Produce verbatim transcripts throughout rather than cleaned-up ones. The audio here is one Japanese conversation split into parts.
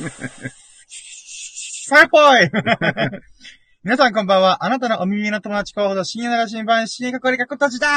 さあぽい皆さんこんばんは。あなたのお耳の友達候補の深夜なら新版深夜かこりかことじだ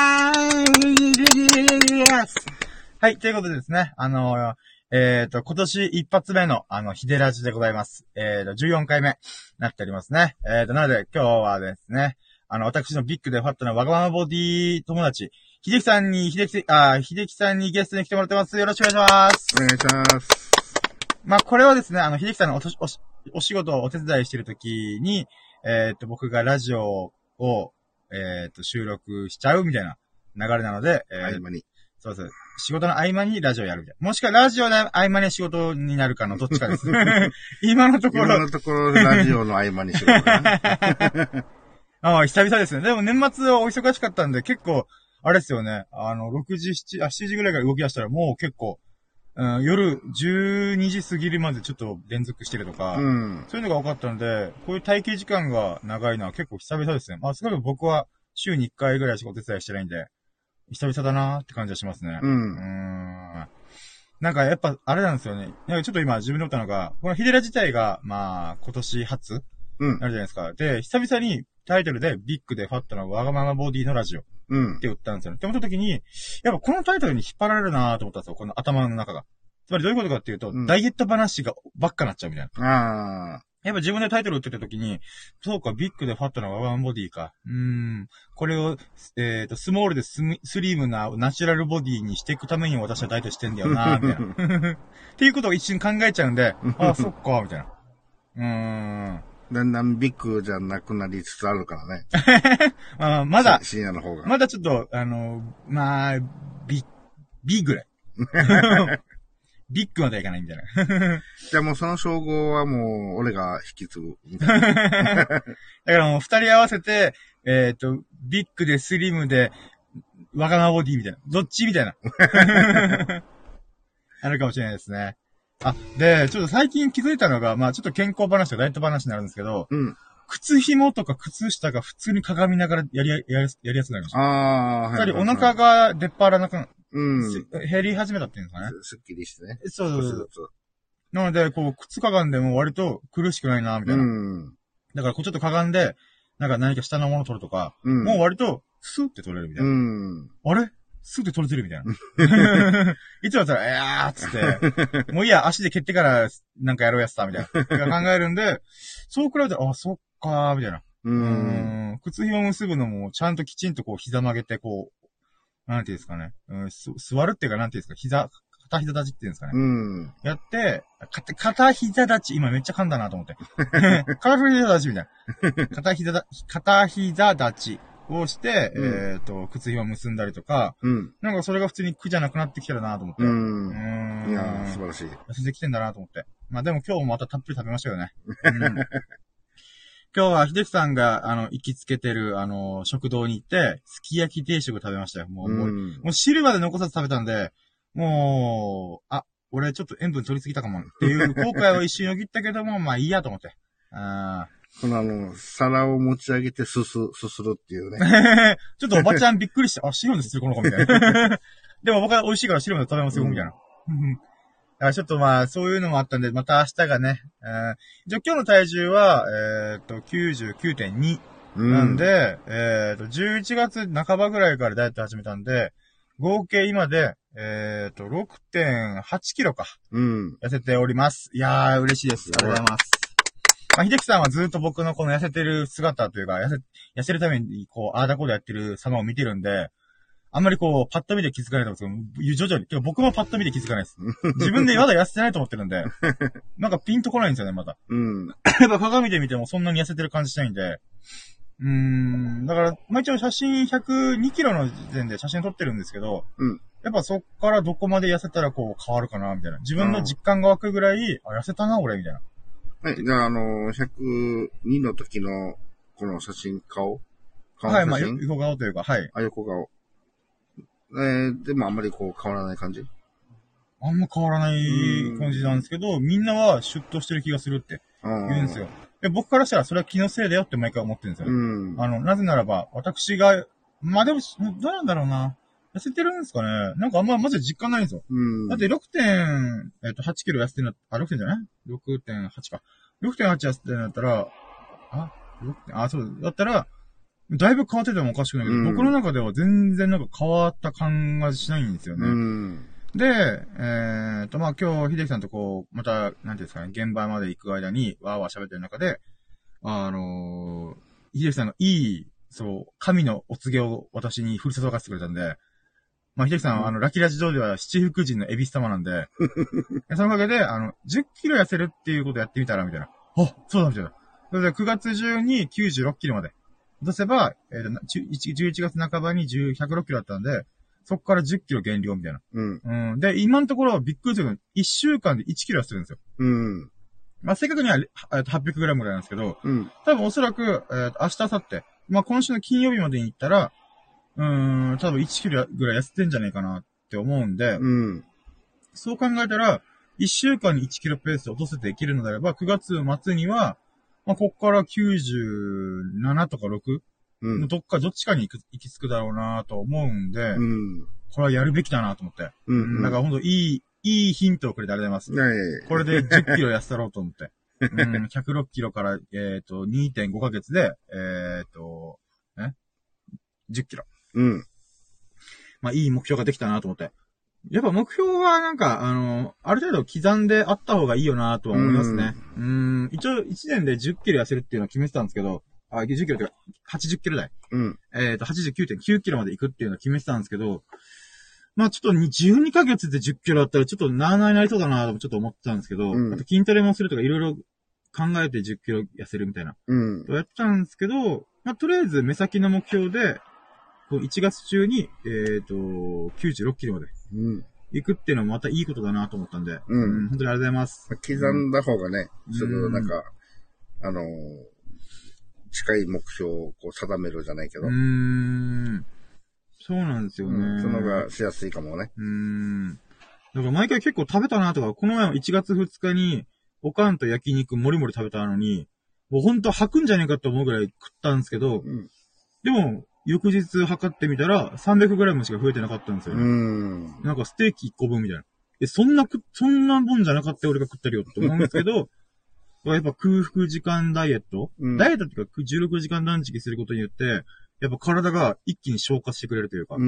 ーはい、ということでですね、あのー、えっ、ー、と、今年一発目の、あの、ヒデラジでございます。えっ、ー、と、じゅうよんかいめ、なっておりますね。えっ、ー、と、なので、今日はですね、あの、私のビッグでファットなわがままボディ友達、秀樹さんに、秀樹、あ、秀樹さんにゲストに来てもらってます。よろしくお願いします。 お願いします。 まあ、これはですね、あの、秀樹さんのおとおしお仕事をお手伝いしているときに、えっ、ー、と、僕がラジオを、えっ、ー、と、収録しちゃうみたいな流れなので、 えー、合間に。 そうそう。仕事の合間にラジオやるみたいな。もしくはラジオの合間に仕事になるかのどっちかです。今のところ。 今のところラジオの合間にしろかな。 ああ、久々ですね。でも年末はお忙しかったんで、結構、あれですよね。あの、ろくじ、しち、あ、しちじぐらいから動き出したらもう結構、うん、夜じゅうにじ過ぎるまでちょっと連続してるとか、うん、そういうのが多かったので、こういう待機時間が長いのは結構久々ですね。まあ、すごい僕は週にいっかいぐらいしかお手伝いしてないんで、久々だなーって感じはしますね。うん。うーん。なんかやっぱあれなんですよね。なんかちょっと今自分で思ったのが、このヒデラ自体が、まあ、今年初なるじゃないですか。うん、で、久々にタイトルでビッグでファットなわがままボディのラジオって言ったんですよね。って思った時に、やっぱこのタイトルに引っ張られるなーと思ったんですよ。この頭の中が。つまりどういうことかっていうと、うん、ダイエット話がばっかなっちゃうみたいな。ああ。やっぱ自分でタイトル打ってた時に、そうか、ビッグでファットなワワンボディか。うーん。これを、えっ、ー、と、スモールでススリムなナチュラルボディにしていくために私はダイエットしてんだよな、みたいな。っていうことを一瞬考えちゃうんで、ああ、そっか、みたいな。うーん。 だんだんビッグじゃなくなりつつあるからね。 あまだ、 深夜の方が。 まだちょっと、あの、まあ、ビ、ビぐらい。ビッグまではいかないみたいな。 じゃあもうその称号はもう俺が引き継ぐみたいな。 だからもう二人合わせて、えっ、ー、と、ビッグでスリムで、わがままボディみたいな。どっちみたいな。あるかもしれないですね。あ、で、ちょっと最近気づいたのが、まあちょっと健康話とダイエット話になるんですけど、うん、靴紐とか靴下が普通に鏡ながらやりや、やり、やりやすくなりました。ああ、はい。やっぱりお腹が出っ張らなくなる。うん。減り始めたっていうんですかね。 すっきりしてね。 そうそうそうそう。なので、こう、靴かがんでも割と苦しくないな、みたいな。うん。だから、こうちょっとかがんで、なんか何か下のもの取るとか、うん、もう割と、スーって取れるみたいな。うん。あれスーって取れてるみたいな。いつもだったら、えやーっつって、もういいや、足で蹴ってからなんかやろうやつさ、みたいな。考えるんで、そう比べたら、あ、そっかー、みたいな。うん。うん靴紐結ぶのも、ちゃんときちんとこう、膝曲げて、こう、なんていうんですかね。うん、す、座るっていうか、なんていうんですか、膝、片膝立ちっていうんですかね。うん。やって、か、片膝立ち、今めっちゃ噛んだなと思って。片膝立ちみたいな。片膝だ、片膝立ちをして、うん、えっ、ー、と、靴紐結んだりとか、うん。なんかそれが普通に苦じゃなくなってきてるなと思って。うん。 うーん。いやー、素晴らしい。 痩せてきてんだなと思って。まあでも今日もまたたっぷり食べましたよね。うん今日は、秀樹さんが、あの、行きつけてる、あの、食堂に行って、すき焼き定食食べましたよ。もう、うん、もう、もう汁まで残さず食べたんで、もう、あ、俺ちょっと塩分取りすぎたかもっていう後悔は一瞬よぎったけども、まあいいやと思って。あこのあの、皿を持ち上げてすす、すするっていうね。 ちょっとおばちゃんびっくりして、あ、白ですよ、この子みたいな。でも僕は美味しいから白で食べますよ、みたいな。うんあちょっとまあ、そういうのもあったんで、また明日がね、えー、じゃあ今日の体重は、えー、っと、きゅうじゅうきゅうてんに なんで、うん、えー、っと、じゅういちがつなかばぐらいからダイエット始めたんで、合計今で、えー、っと、ろくてんはちキロか。うん。痩せております。いやー、嬉しいです。ありがとうございます。まあ、秀樹さんはずっと僕のこの痩せてる姿というか、痩せ、痩せるために、こう、あーだこーだやってる様を見てるんで、あんまりこう、パッと見で気づかないと思うんですけど、徐々に。てか僕もパッと見で気づかないです。自分でまだ痩せてないと思ってるんで、なんかピンとこないんですよね、まだ。うん。やっぱ鏡で見てもそんなに痩せてる感じしないんで、うーん、だから、まあ、一応写真ひゃくにキロの時点で写真撮ってるんですけど、うん。やっぱそっからどこまで痩せたらこう変わるかな、みたいな。自分の実感が湧くぐらい、あ、痩せたな、俺、みたいな。 はい、じゃあ、あのー、ひゃくにの時の、この写真、顔顔はい、まあ、横顔というか、はい。 あ、横顔。えー、でもあんまりこう変わらない感じあんま変わらない感じなんですけど、みんなはシュッとしてる気がするって言うんですよ。で僕からしたらそれは気のせいだよって毎回思ってるんですよ。うん、あの、なぜならば、私が、まあでも、どうなんだろうな。 痩せてるんですかね。なんかあんま、マジで実感ないんですよ。 うん。 だってろくてんはちキロ痩せてんだ、あ、ろくてんじゃない ?ろくてんはち か。ろくてんはち 痩せてんだったら、あ、ろくてん、あ、そう、だったら、だいぶ変わっててもおかしくないけど、 うん僕の中では全然なんか変わった感がしないんですよね。 うん。 で、えーっと、まあ、今日、秀樹さんとこう、また、なんていうんですかね、現場まで行く間に、わーわー喋ってる中で、あのー、秀樹さんがいい、そう、神のお告げを私に降り注がせてくれたんで、まあ、秀樹さんは、あの、ラキラジ上では七福神のエビス様なんで、そのおかげで、あの、じゅっキロ痩せるっていうことやってみたら、みたいな。あ、そうだ、みたいな。それでくがつ中にきゅうじゅうろっキロまで。落とせば、えっ、ー、と、じゅういちがつ半ばにひゃくろっキロだったんで、そっからじゅっキロ減量みたいな。 うん。 うん。で、今のところびっくりするけど、いっしゅうかんでいちキロ痩せてるんですよ。 うん。 まあ、正確には、えっと、はっぴゃくグラムぐらいなんですけど、 うん。 多分おそらく、えっ、ー、と、明日、明後日、まあ、今週の金曜日までに行ったら、うーん、多分いちキロぐらい痩せてんじゃないかなって思うんで、 うん。 そう考えたら、いっしゅうかんにいちキロペースで落とせていけるのであれば、くがつ末には、まあ、こっからきゅうじゅうななとかろくうん。 どっかどっちかに行く行き着くだろうなと思うんで、 うん。 これはやるべきだなと思って。 うん。 だからほんといい、いいヒントをくれてありがとうございます。 いやいやいやこれでじゅっキロ痩せたろうと思って。うん、ひゃくろっキロから、えっ、ー、と、にてんごかげつで、えっ、ー、と、え ?じゅっキロ。 うん。 まあ、いい目標ができたなと思って。やっぱ目標はなんか、あの、ある程度刻んであった方がいいよなとは思いますね。うん、ん、一応いちねんでじゅっキロ痩せるっていうのは決めてたんですけど、あ、じゅっキロというか、はちじゅっキロ台。 うん。 えっ、ー、と、はちじゅうきゅうてんきゅうキロまで行くっていうのを決めてたんですけど、まあちょっとじゅうにかげつでじゅっキロだったらちょっとなーなーになりそうだなとちょっと思ってたんですけど、うん、あと筋トレもするとかいろいろ考えてじゅっキロ痩せるみたいな。 うん。 やってたんですけど、まあとりあえず目先の目標で、いちがつ中に、えっ、ー、と、きゅうじゅうろっキロまで。うん。行くっていうのはまたいいことだなと思ったんで、うん。うん、本当にありがとうございます。 刻んだ方がね、うん、すぐなんか、あのー、近い目標をこう定めるじゃないけど。 うーん。そうなんですよね。うん、 その方がしやすいかもね。 うーん。だから毎回結構食べたなとか、この前もいちがつふつかに、おかんと焼肉もりもり食べたのに、もうほんと吐くんじゃねえかって思うぐらい食ったんですけど、うん、でも、翌日測ってみたら、さんびゃくグラムしか増えてなかったんですよね。うん。なんかステーキいっこぶんみたいな。え、そんなく、そんなもんじゃなかったよ俺が食ってるよって思うんですけど、やっぱ空腹時間ダイエット、うん、ダイエットっていうかじゅうろくじかん断食することによって、やっぱ体が一気に消化してくれるというか、うん、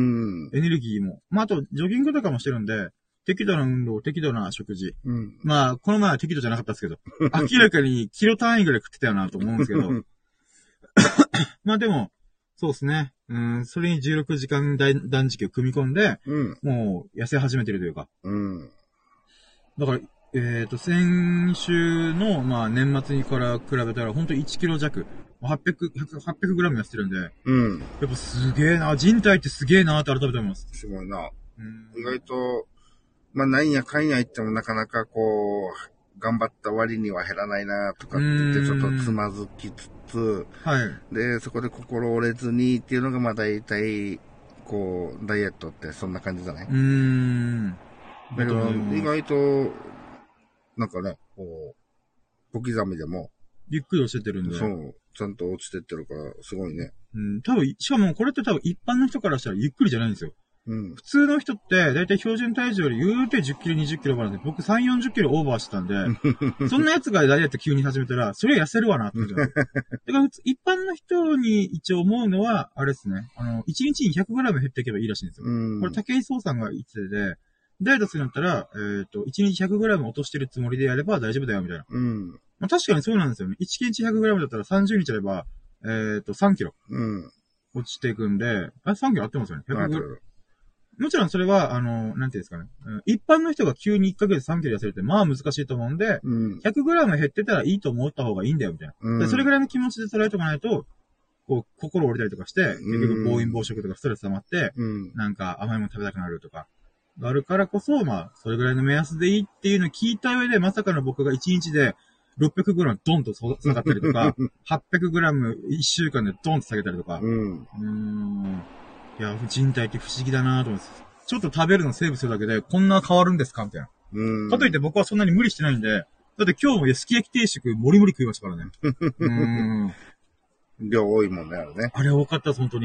エネルギーも。まあ、あと、ジョギングとかもしてるんで、適度な運動、適度な食事。うん、まあ、この前は適度じゃなかったですけど、明らかにキロ単位ぐらい食ってたよなと思うんですけど、まあでも、そうですね。うん、それにじゅうろくじかん断食を組み込んで、うん、もう痩せ始めてるというか。うん、だから、えっ、ー、と、先週の、まあ、年末にから比べたら、ほんといちキロ弱、はっぴゃく、はっぴゃくグラム痩せてるんで、うん。やっぱすげえな、人体ってすげえなって改めて思います。 すごいな。うん、意外と、まあ、なんやかんや言ってもなかなかこう、頑張った割には減らないなとかって言って、ちょっとつまずきつつ、はい。で、そこで心折れずにっていうのが、まあ大体、こう、ダイエットってそんな感じじゃない？うーん。だけど、意外と、なんかね、こう、小刻みでも。 ゆっくり落ちてるんで。 そう。ちゃんと落ちてってるから、すごいね。 うん。多分、しかもこれって多分一般の人からしたらゆっくりじゃないんですよ。うん。普通の人って、だいたい標準体重より言うてじゅっキロ、にじゅっキロなんで、僕さん、よんじゅっキロオーバーしてたんで、そんな奴がダイエット急に始めたら、それ痩せるわなって思うじゃないですか。だから普通、一般の人に一応思うのは、あれですね。あの、いちにちに ひゃくグラム 減っていけばいいらしいんですよ。うん。これ、武井壮さんが言ってて、ダイエットするんだったら、えっ、ー、と、いちにち ひゃくグラム 落としてるつもりでやれば大丈夫だよ、みたいな。うん。まあ確かにそうなんですよね。いちにち ひゃくグラム だったらさんじゅうにちやれば、えっ、ー、と、さんキロ。うん。落ちていくんで、あ、さんキロ合ってますよね。ひゃくグラム。もちろんそれは、あの、なんていうんですかね。一般の人が急にいっかげつさんキロ痩せるって、まあ難しいと思うんで、うん、ひゃくグラム 減ってたらいいと思った方がいいんだよ、みたいな。うん、でそれぐらいの気持ちで捉えておかないと、こう、心折れたりとかして、結局暴飲暴食とかストレス溜まって、うん、なんか甘いもの食べたくなるとか、があるからこそ、まあ、それぐらいの目安でいいっていうのを聞いた上で、まさかの僕がいちにちでろっぴゃくグラム ドンと下がったりとか、はっぴゃくグラム いっしゅうかんでドンと下げたりとか、うん。うーん。いや、人体って不思議だなと思います。ちょっと食べるのセーブするだけで、こんな変わるんですかみたいな。うん。かといって僕はそんなに無理してないんで、だって今日もすき焼き定食もりもり食いましたからね。うーん。 量多いもんね、あれね。 あれ多かったです、本当に。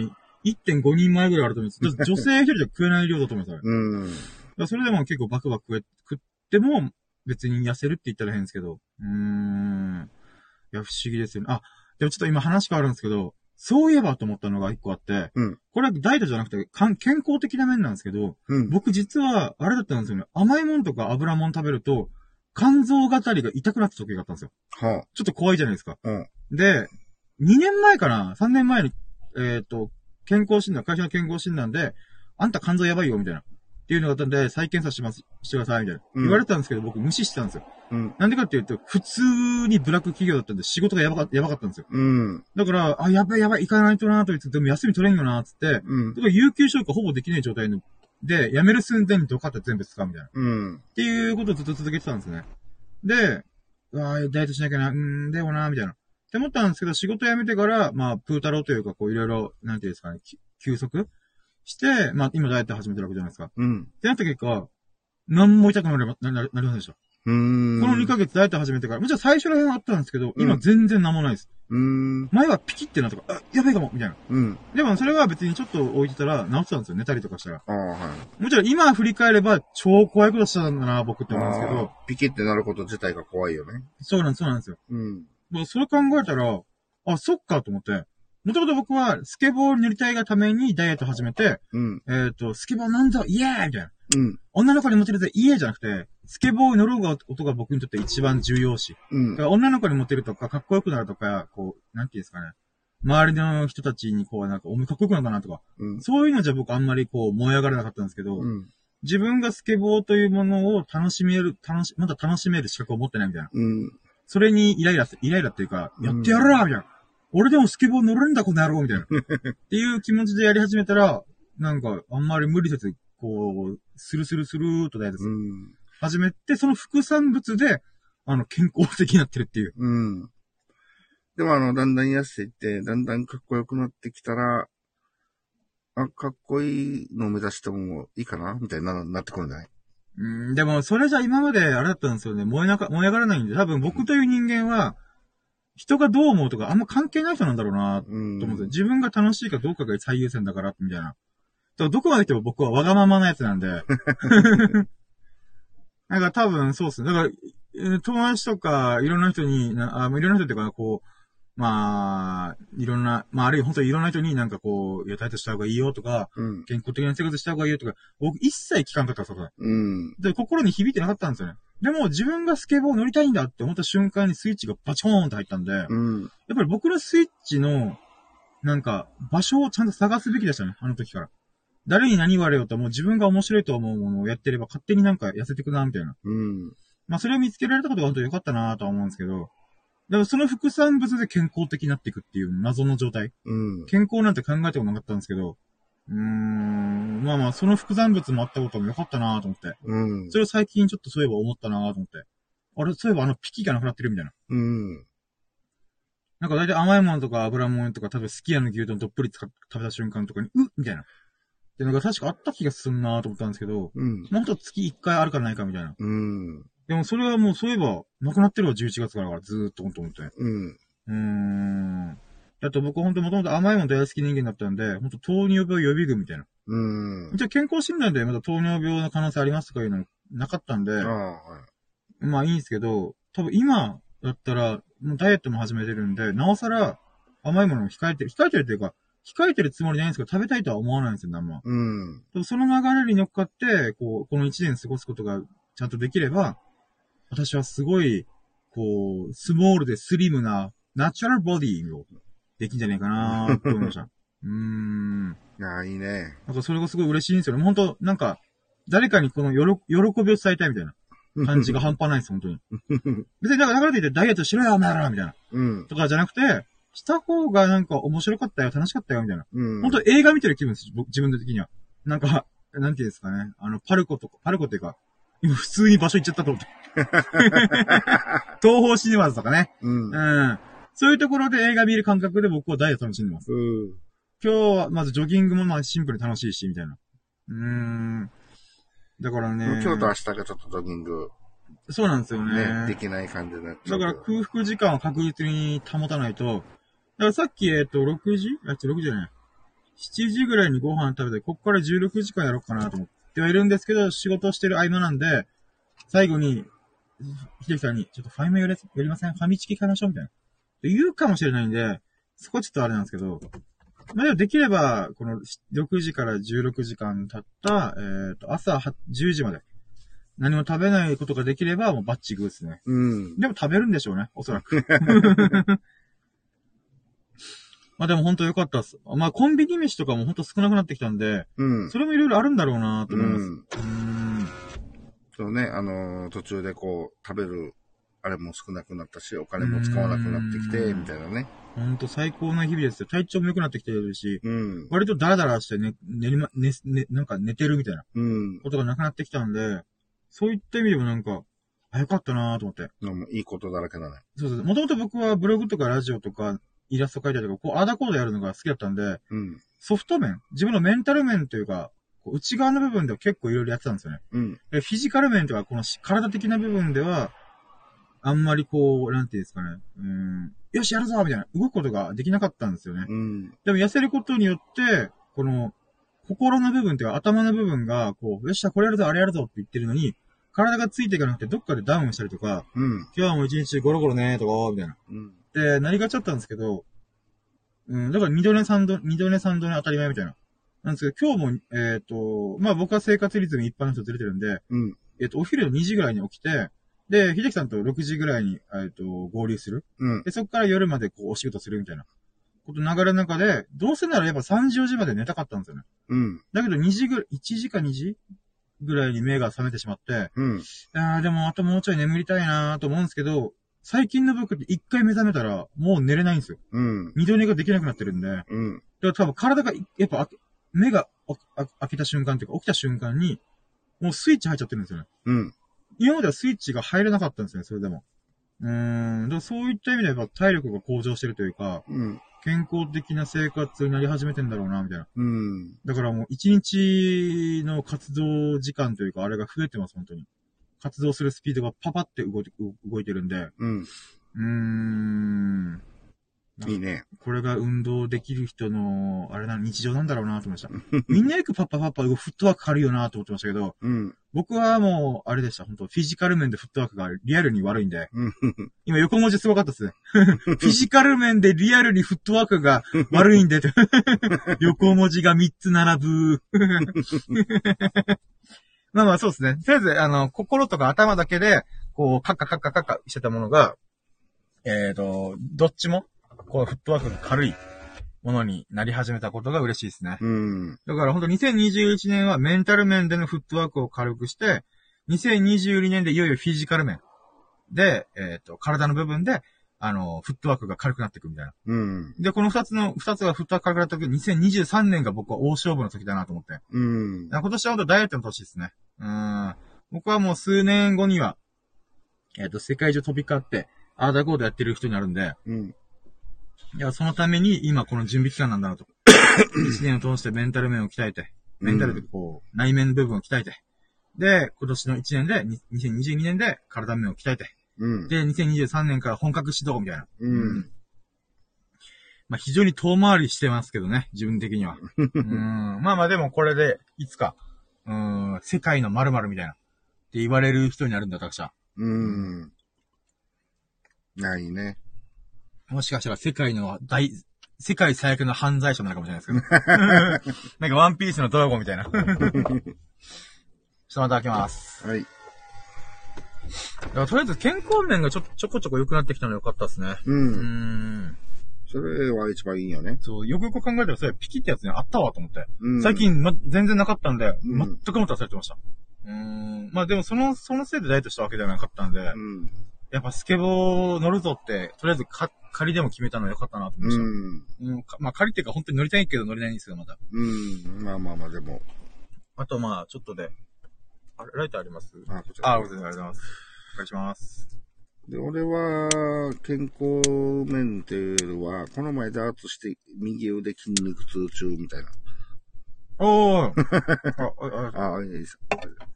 いってんごにんまえぐらいあると思うんです。女性一人じゃ食えない量だと思うんですよ。 うん。 だそれでも結構バクバク食っても、別に痩せるって言ったら変ですけど。うーん。いや、不思議ですよね。あ、でもちょっと今話変わるんですけど、そういえばと思ったのが一個あって、うん、これはダイエットじゃなくて、健康的な面なんですけど、うん、僕実は、あれだったんですよね。甘いもんとか油もん食べると、肝臓がたりが痛くなった時があったんですよ。はあ、ちょっと怖いじゃないですか。うん、で、にねんまえかな ?さん 年前に、えっ、ー、と、健康診断、会社の健康診断で、あんた肝臓やばいよ、みたいな。っていうのがあったんで、再検査します、してください、みたいな。うん、言われたんですけど、僕無視してたんですよ。うん、なんでかっていうと、普通にブラック企業だったんで、仕事がやばか、やばかったんですよ。うん、だから、あ、やばいやばい、行かないとなと言って、でも休み取れんよなつって、うん、だから有給消化ほぼできない状態で、辞める寸前にドカッと全部使うみたいな。うん、っていうことをずっと続けてたんですね。で、ああ、ダイエットしなきゃな、うーん、でもな、みたいな。って思ったんですけど、仕事辞めてから、まあ、プータローというか、こう、いろいろ、なんていうんですかね、休息して、まあ、今ダイエット始めてるわけじゃないですか。うん。ってなった結果、何も痛くなりま、な、なりませんでした。うーん。このにかげつダイエット始めてから、もちろん最初ら辺はあったんですけど、うん、今全然何もないです。うーん。前はピキってなとか、あ、やべえかも、みたいな。うん。でもそれは別にちょっと置いてたら治ってたんですよ、寝たりとかしたら。ああ、はい。もちろん今振り返れば超怖いことしたんだな、僕って思うんですけど。 ピキってなること自体が怖いよね。 そうなんです、そうなんですよ。うん。もうそれ考えたら、あ、そっかと思って。もともと僕はスケボーに乗りたいがためにダイエット始めて、うん、えっ、ー、と、スケボーなんぞ、イエーイみたいな。うん。女の子にモテるぜ、イエーイじゃなくて、スケボーに乗ることが僕にとって一番重要視。うん。だから女の子にモテるとか、かっこよくなるとか、こう、なんていうんですかね。周りの人たちにこう、なんか、お前かっこよくなるかなとか、うん。そういうのじゃ僕あんまりこう、燃え上がらなかったんですけど、うん。自分がスケボーというものを楽しめる、楽し、まだ楽しめる資格を持ってないみたいな。うん。それにイライラ、イライラっていうか、やってやるなみたいな。俺でもスケボー乗れるんだ、この野郎みたいな。っていう気持ちでやり始めたら、なんか、あんまり無理せず、こう、スルスルスルーっとダイエットする。始めて、その副産物で、あの、健康的になってるっていう。うん。 でもあの、だんだん痩せていって、だんだんかっこよくなってきたら、あ、かっこいいのを目指してもいいかなみたいな、なってくるんじゃない？ うん、でも、それじゃ今まであれだったんですよね。燃えなか、燃え上がらないんで、多分僕という人間は、人がどう思うとかあんま関係ない人なんだろうなと思うんですよ。自分が楽しいかどうかが最優先だから、みたいな。だからどこまで来ても僕はわがままなやつなんで。なんか多分そうっすね。だから、友達とかいろんな人に、あいろんな人っていうか、こう、まあ、いろんな、まああるいは本当にいろんな人になんかこう、いや、ダイエットした方がいいよとか、うん、健康的な生活した方がいいよとか、僕一切聞かんかったんですよ。うん。で、心に響いてなかったんですよね。でも自分がスケボー乗りたいんだって思った瞬間にスイッチがバチコーンって入ったんで、うん、やっぱり僕のスイッチの、なんか、場所をちゃんと探すべきでしたね、あの時から。誰に何言われようともう自分が面白いと思うものをやってれば勝手になんか痩せてくな、みたいな。うん。まあそれを見つけられたことが本当に良かったなとは思うんですけど、でもその副産物で健康的になっていくっていう謎の状態。うん。健康なんて考えたことなかったんですけど、うーん、まあまあ、その副産物もあったことも良かったなと思って。うん。それを最近ちょっとそういえば思ったなと思って。あれ、そういえばあのピキがなくなってるみたいな。うん。なんか大体甘いものとか油ものとか、例えばすき家の牛丼どっぷり食べた瞬間とかに、うっみたいな。で、なんか確かあった気がするなと思ったんですけど、うん。もうほんと月いっかいあるかないかみたいな。うん。でもそれはもうそういえば、なくなってるわ、じゅういちがつからからずーっとほんと思って。うん。うーん。だと僕ほんともともと甘いもの大好き人間だったんで、ほんと糖尿病予備軍みたいな。うん。じゃあ健康診断でまだ糖尿病の可能性ありますとかいうのなかったんで、あはい、まあいいんですけど、多分今だったら、もうダイエットも始めてるんで、なおさら甘いものを控えてる、控えてるっていうか、控えてるつもりないんですけど、食べたいとは思わないんですよ、なんも。うん。その流れに乗っかって、こう、この一年過ごすことがちゃんとできれば、私はすごい、こう、スモールでスリムな、ナチュラルボディをできんじゃねえかなーって思いました。うーん。 いやー、いいね。 なんかそれがすごい嬉しいんですよね。ほんと、なんか、誰かにこのよろ、喜びを伝えたいみたいな感じが半端ないです、本当に。別にだから、だからといってダイエットしろよ、お前らみたいな。うん。とかじゃなくて、した方がなんか面白かったよ、楽しかったよ、みたいな。うん。ほんと映画見てる気分です、自分的には。なんか、なんていうんですかね。あの、パルコとか、パルコっていうか、今普通に場所行っちゃったと思って。東方シネマズとかね。うん。うん。そういうところで映画見る感覚で僕はダイエット楽しんでます。うん。今日はまずジョギングもまあシンプルに楽しいし、みたいな。うーん。だからね。 今日と明日がちょっとジョギング。 そうなんですよね。 ね。できない感じになっちゃう。だから空腹時間を確実に保たないと。だからさっき、えっと、ろくじあ、ろくじじゃない。 しちじぐらいにご飯食べて、こっからじゅうろくじかんやろうかなと思ってはいるんですけど、仕事してる合間なんで、最後に、秀樹さんに、ちょっとファイマやりません？ファミチキ買いましょうみたいな。言うかもしれないんで、そこはちょっとあれなんですけど、まあでもできれば、このろくじからじゅうろくじかん経った、えっと、朝じゅうじまで、何も食べないことができれば、もうバッチグーですね。 うん。 でも食べるんでしょうね、おそらく。まあでも本当良かったっす。まあコンビニ飯とかも本当少なくなってきたんで、 うん。 それもいろいろあるんだろうなと思います。うん。うーんそうね、あのー、途中でこう、食べる、あれも少なくなったし、お金も使わなくなってきて、みたいなね。 ほんと最高な日々ですよ。体調も良くなってきてるし、 うん。 割とダラダラしてね、寝りま、寝、寝、なんか寝てるみたいな、 うん。 ことがなくなってきたんで、そういった意味でもなんか、あ、よかったなと思って。 もいいことだらけだね。 そうそう。もともと僕はブログとかラジオとか、イラスト描いたりとか、こう、アーダコードやるのが好きだったんで、 うん。 ソフト面、自分のメンタル面というか、こう内側の部分では結構いろいろやってたんですよね。 うん。 でフィジカル面とか、この体的な部分では、あんまりこう、なんていうんですかね、うーん、よし、やるぞみたいな、動くことができなかったんですよね。 うん。 でも痩せることによって、この、心の部分というか頭の部分が、こう、よっしゃ、これやるぞ、あれやるぞって言ってるのに、体がついていかなくてどっかでダウンしたりとか、 うん。 今日も一日ゴロゴロねーとか、みたいな。 うん。 で、なりがちだったんですけど、うん、だから二度寝三度、二度寝三度寝当たり前みたいな。なんですけど、今日も、えっと、まあ僕は生活リズム一般の人ずれてるんで、 うん。 えっと、お昼のにじぐらいに起きて、で、秀樹さんとろくじぐらいに、えっと、合流する。 うん。 で、そこから夜までこう、お仕事するみたいな。こと流れの中で、どうせならやっぱさんじよじまで寝たかったんですよね。 うん。 だけどにじぐらい、いちじかにじぐらいに目が覚めてしまって、 うん。 あーでもあともうちょい眠りたいなーと思うんですけど、最近の僕って一回目覚めたら、もう寝れないんですよ。 うん。 二度寝ができなくなってるんで。だかうん。 ら多分体が、やっぱ、目が開けた瞬間っていうか、起きた瞬間に、もうスイッチ入っちゃってるんですよね。 うん。 今まではスイッチが入れなかったんですね、それでも。うーん。だからそういった意味ではやっぱ体力が向上してるというか、 うん。 健康的な生活になり始めてんだろうな、みたいな。 うん。 だからもう一日の活動時間というか、あれが増えてます、本当に。活動するスピードがパパって動いて、動いてるんで。 うん。 うーん。 いいね。 これが運動できる人の、あれな、日常なんだろうなと思いました。みんなよくパッパパッパフットワーク軽いよなと思ってましたけど、 うん。 僕はもう、あれでした。本当フィジカル面でフットワークがリアルに悪いんで。 うん。 今横文字すごかったですね。フィジカル面でリアルにフットワークが悪いんで。横文字がみっつ並ぶ。まあまあそうですね。とりあえず、あの、心とか頭だけで、こう、カッカカッカカッカしてたものが、えっと、どっちも、こう、フットワークが軽いものになり始めたことが嬉しいですね。 うん。 だから本当にせんにじゅういちねんはメンタル面でのフットワークを軽くして、にせんにじゅうにねんでいよいよフィジカル面で、えっと、体の部分で、あの、フットワークが軽くなっていくみたいな。 うん。 で、この二つの、二つがフットワーク軽くなった時、にせんにじゅうさんねんが僕は大勝負の時だなと思って。 うん。 今年は本当ダイエットの年ですね。うん。僕はもう数年後には、えっと、世界中飛び交って、アーダーコードやってる人になるんで、 うん。 いや、そのために今この準備期間なんだなと。一年を通してメンタル面を鍛えて、メンタルでこう、内面部分を鍛えて、で、今年のいちねんで、にせんにじゅうにねんで体面を鍛えて、 うん。 で、にせんにじゅうさんねんから本格指導みたいな。 うん。うん、 まあ非常に遠回りしてますけどね、自分的には。うん。まあまあでもこれで、いつか、うん、世界の〇〇みたいな、って言われる人になるんだ、私は。 うん。ないね。 もしかしたら世界の大、世界最悪の犯罪者なのかもしれないですけど。なんかワンピースのドラゴンみたいな。ちょっとまた開けます。 はい。 だからとりあえず健康面がちょ、ちょこちょこ良くなってきたのよかったですね。 うん。 うーん。 それは一番いいよね。 そう、よくよく考えたらそれピキってやつね、あったわと思って。 うん、 最近、ま、全然なかったんで、 うん、 全くもって忘れてました。うーん。まあでもその、そのせいでダイエットしたわけではなかったんで、 うん、 やっぱスケボー乗るぞって、とりあえずか、仮でも決めたのは良かったなと思いました。うん。うん、まあ仮っていうか本当に乗りたいけど乗れないんですけど、まだ。 うん。まあまあまあでも。あとまあ、ちょっとで、あれ、ライターあります？ あ、こちら。 あ、ごめんなさい、ありがとうございます。お願いします。 で、俺は、健康面っていうのは、この前ダーツして右腕筋肉痛中みたいな。 おーあ、あ、あ、いいです。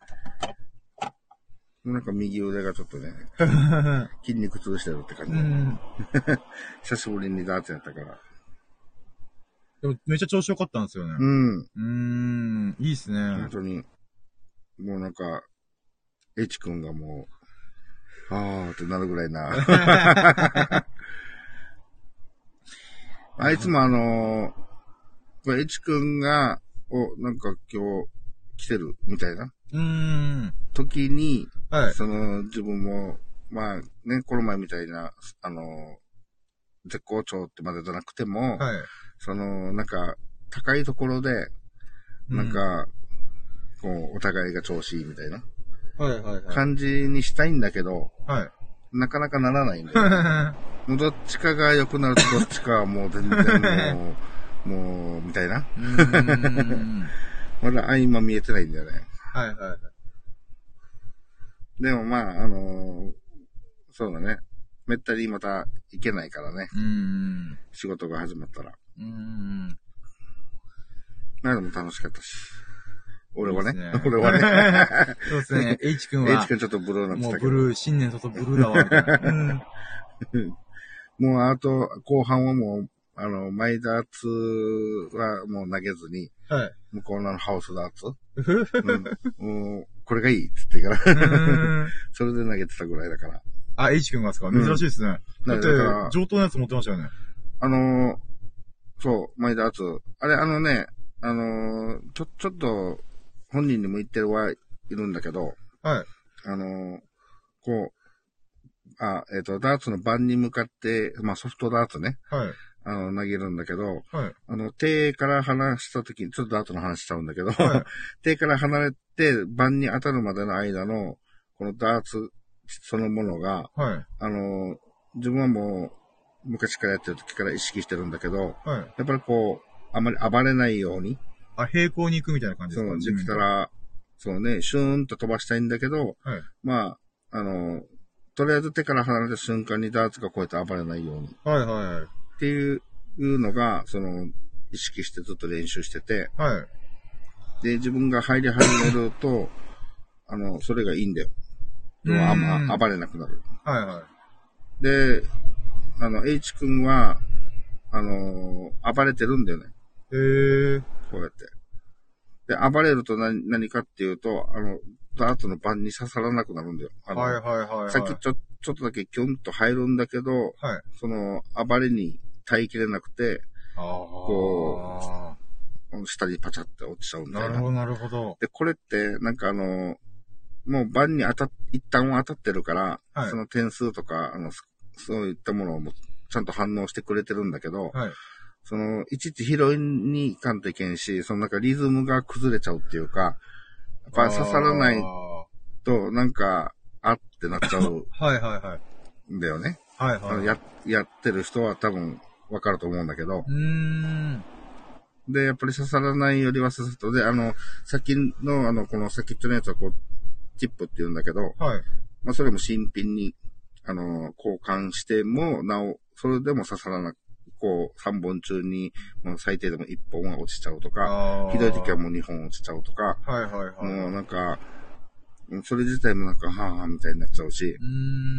なんか右腕がちょっとね、筋肉痛してるって感じ。久しぶりにダーツやったから。 でもめっちゃ調子良かったんですよね。 うん。 うーん、いいっすね。 本当に。もうなんか、H 君がもう、あーってなるぐらいな。あいつもあのー、H 君が、お、なんか今日来てるみたいな。 うーん。 時に、 はい。 その自分も、まあね、この前みたいな、あのー、絶好調ってまでじゃなくても、 はい。 その、なんか、高いところで、なんか、こう、お互いが調子いいみたいな。 はいはいはい。 感じにしたいんだけど、 はい。 なかなかならないんだよ。もうどっちかが良くなるとどっちかはもう全然もう、もう、みたいな。 うーんまだ相ま見えてないんだよね。 はいはいはい。 でもまあ、あのー、そうだね。めったにまた行けないからね。 うーん。 仕事が始まったら。 うーん。 まあでも楽しかったし。俺はね。 いいね俺はね。 そうですね。H 君は。 H 君ちょっとブルーなってもたけど。 うブルー、新年外ブルーだわ、みたいな。うん。 もうあと、後半はもう、あの、マイダーツはもう投げずに、 はい。 向こうのハウスダーツ、うん、もう、これがいいって言ってから、それで投げてたぐらいだから。 あ、H 君がですか、珍しいですね。うん、だって、上等なやつ持ってましたよね。 あのー、そう、マイダーツ。あれ、あのね、あのー、ちょ、ちょっと、本人にも言ってるはいるんだけど、 はい。 あのー、こう、あ、えっ、ー、と、ダーツの盤に向かって、まあソフトダーツね。 はい。 あの、投げるんだけど、 はい。 あの、手から離したときに、ちょっとダーツの話しちゃうんだけど、はい、手から離れて盤に当たるまでの間の、このダーツそのものが、はい。あの、自分はもう、昔からやってる時から意識してるんだけど、はい。やっぱりこう、あまり暴れないように。 あ、平行に行くみたいな感じですか？ そう、できたら、そうね、シューンと飛ばしたいんだけど、はい。まあ、あの、とりあえず手から離れた瞬間にダーツがこうやって暴れないように。はいはいはい。っていうのが、その、意識してずっと練習してて。はい。で、自分が入り始めると、あの、それがいいんだよ。要は、あんま暴れなくなる。はいはい。で、あの、H 君は、あのー、暴れてるんだよね。へー。こうやって。で、暴れると何、何かっていうと、あの、ダーツの盤に刺さらなくなるんだよ。あの、はいはいはい、はい。さっきちょ、ちょっとだけキュンと入るんだけど、はい。その、暴れに耐えきれなくて、あこう、下にパチャって落ちちゃうみたいな。なるほどなるほど。で、これって、なんかあの、もう盤に当たっ、一旦は当たってるから、はい、その点数とか、あの、そういったものをもちゃんと反応してくれてるんだけど、はい、その、いちいち拾いに行かんといけんし、そのなんかリズムが崩れちゃうっていうか、やっぱ刺さらないと、なんか、あってなっちゃう。はいはいはい。んだよね。はいはい、はい。や、やってる人は多分わかると思うんだけど。うーん。で、やっぱり刺さらないよりは刺さると、で、あの、先の、あの、この先っちょのやつはこう、チップって言うんだけど、はい。まあ、それも新品に、あの、交換しても、なお、それでも刺さらなく、こう、さんぼん中に、もう最低でもいっぽんは落ちちゃうとか、ひどい時はもうにほん落ちちゃうとか、はいはいはい。もうなんか、それ自体もなんか、はぁはぁみたいになっちゃうし、う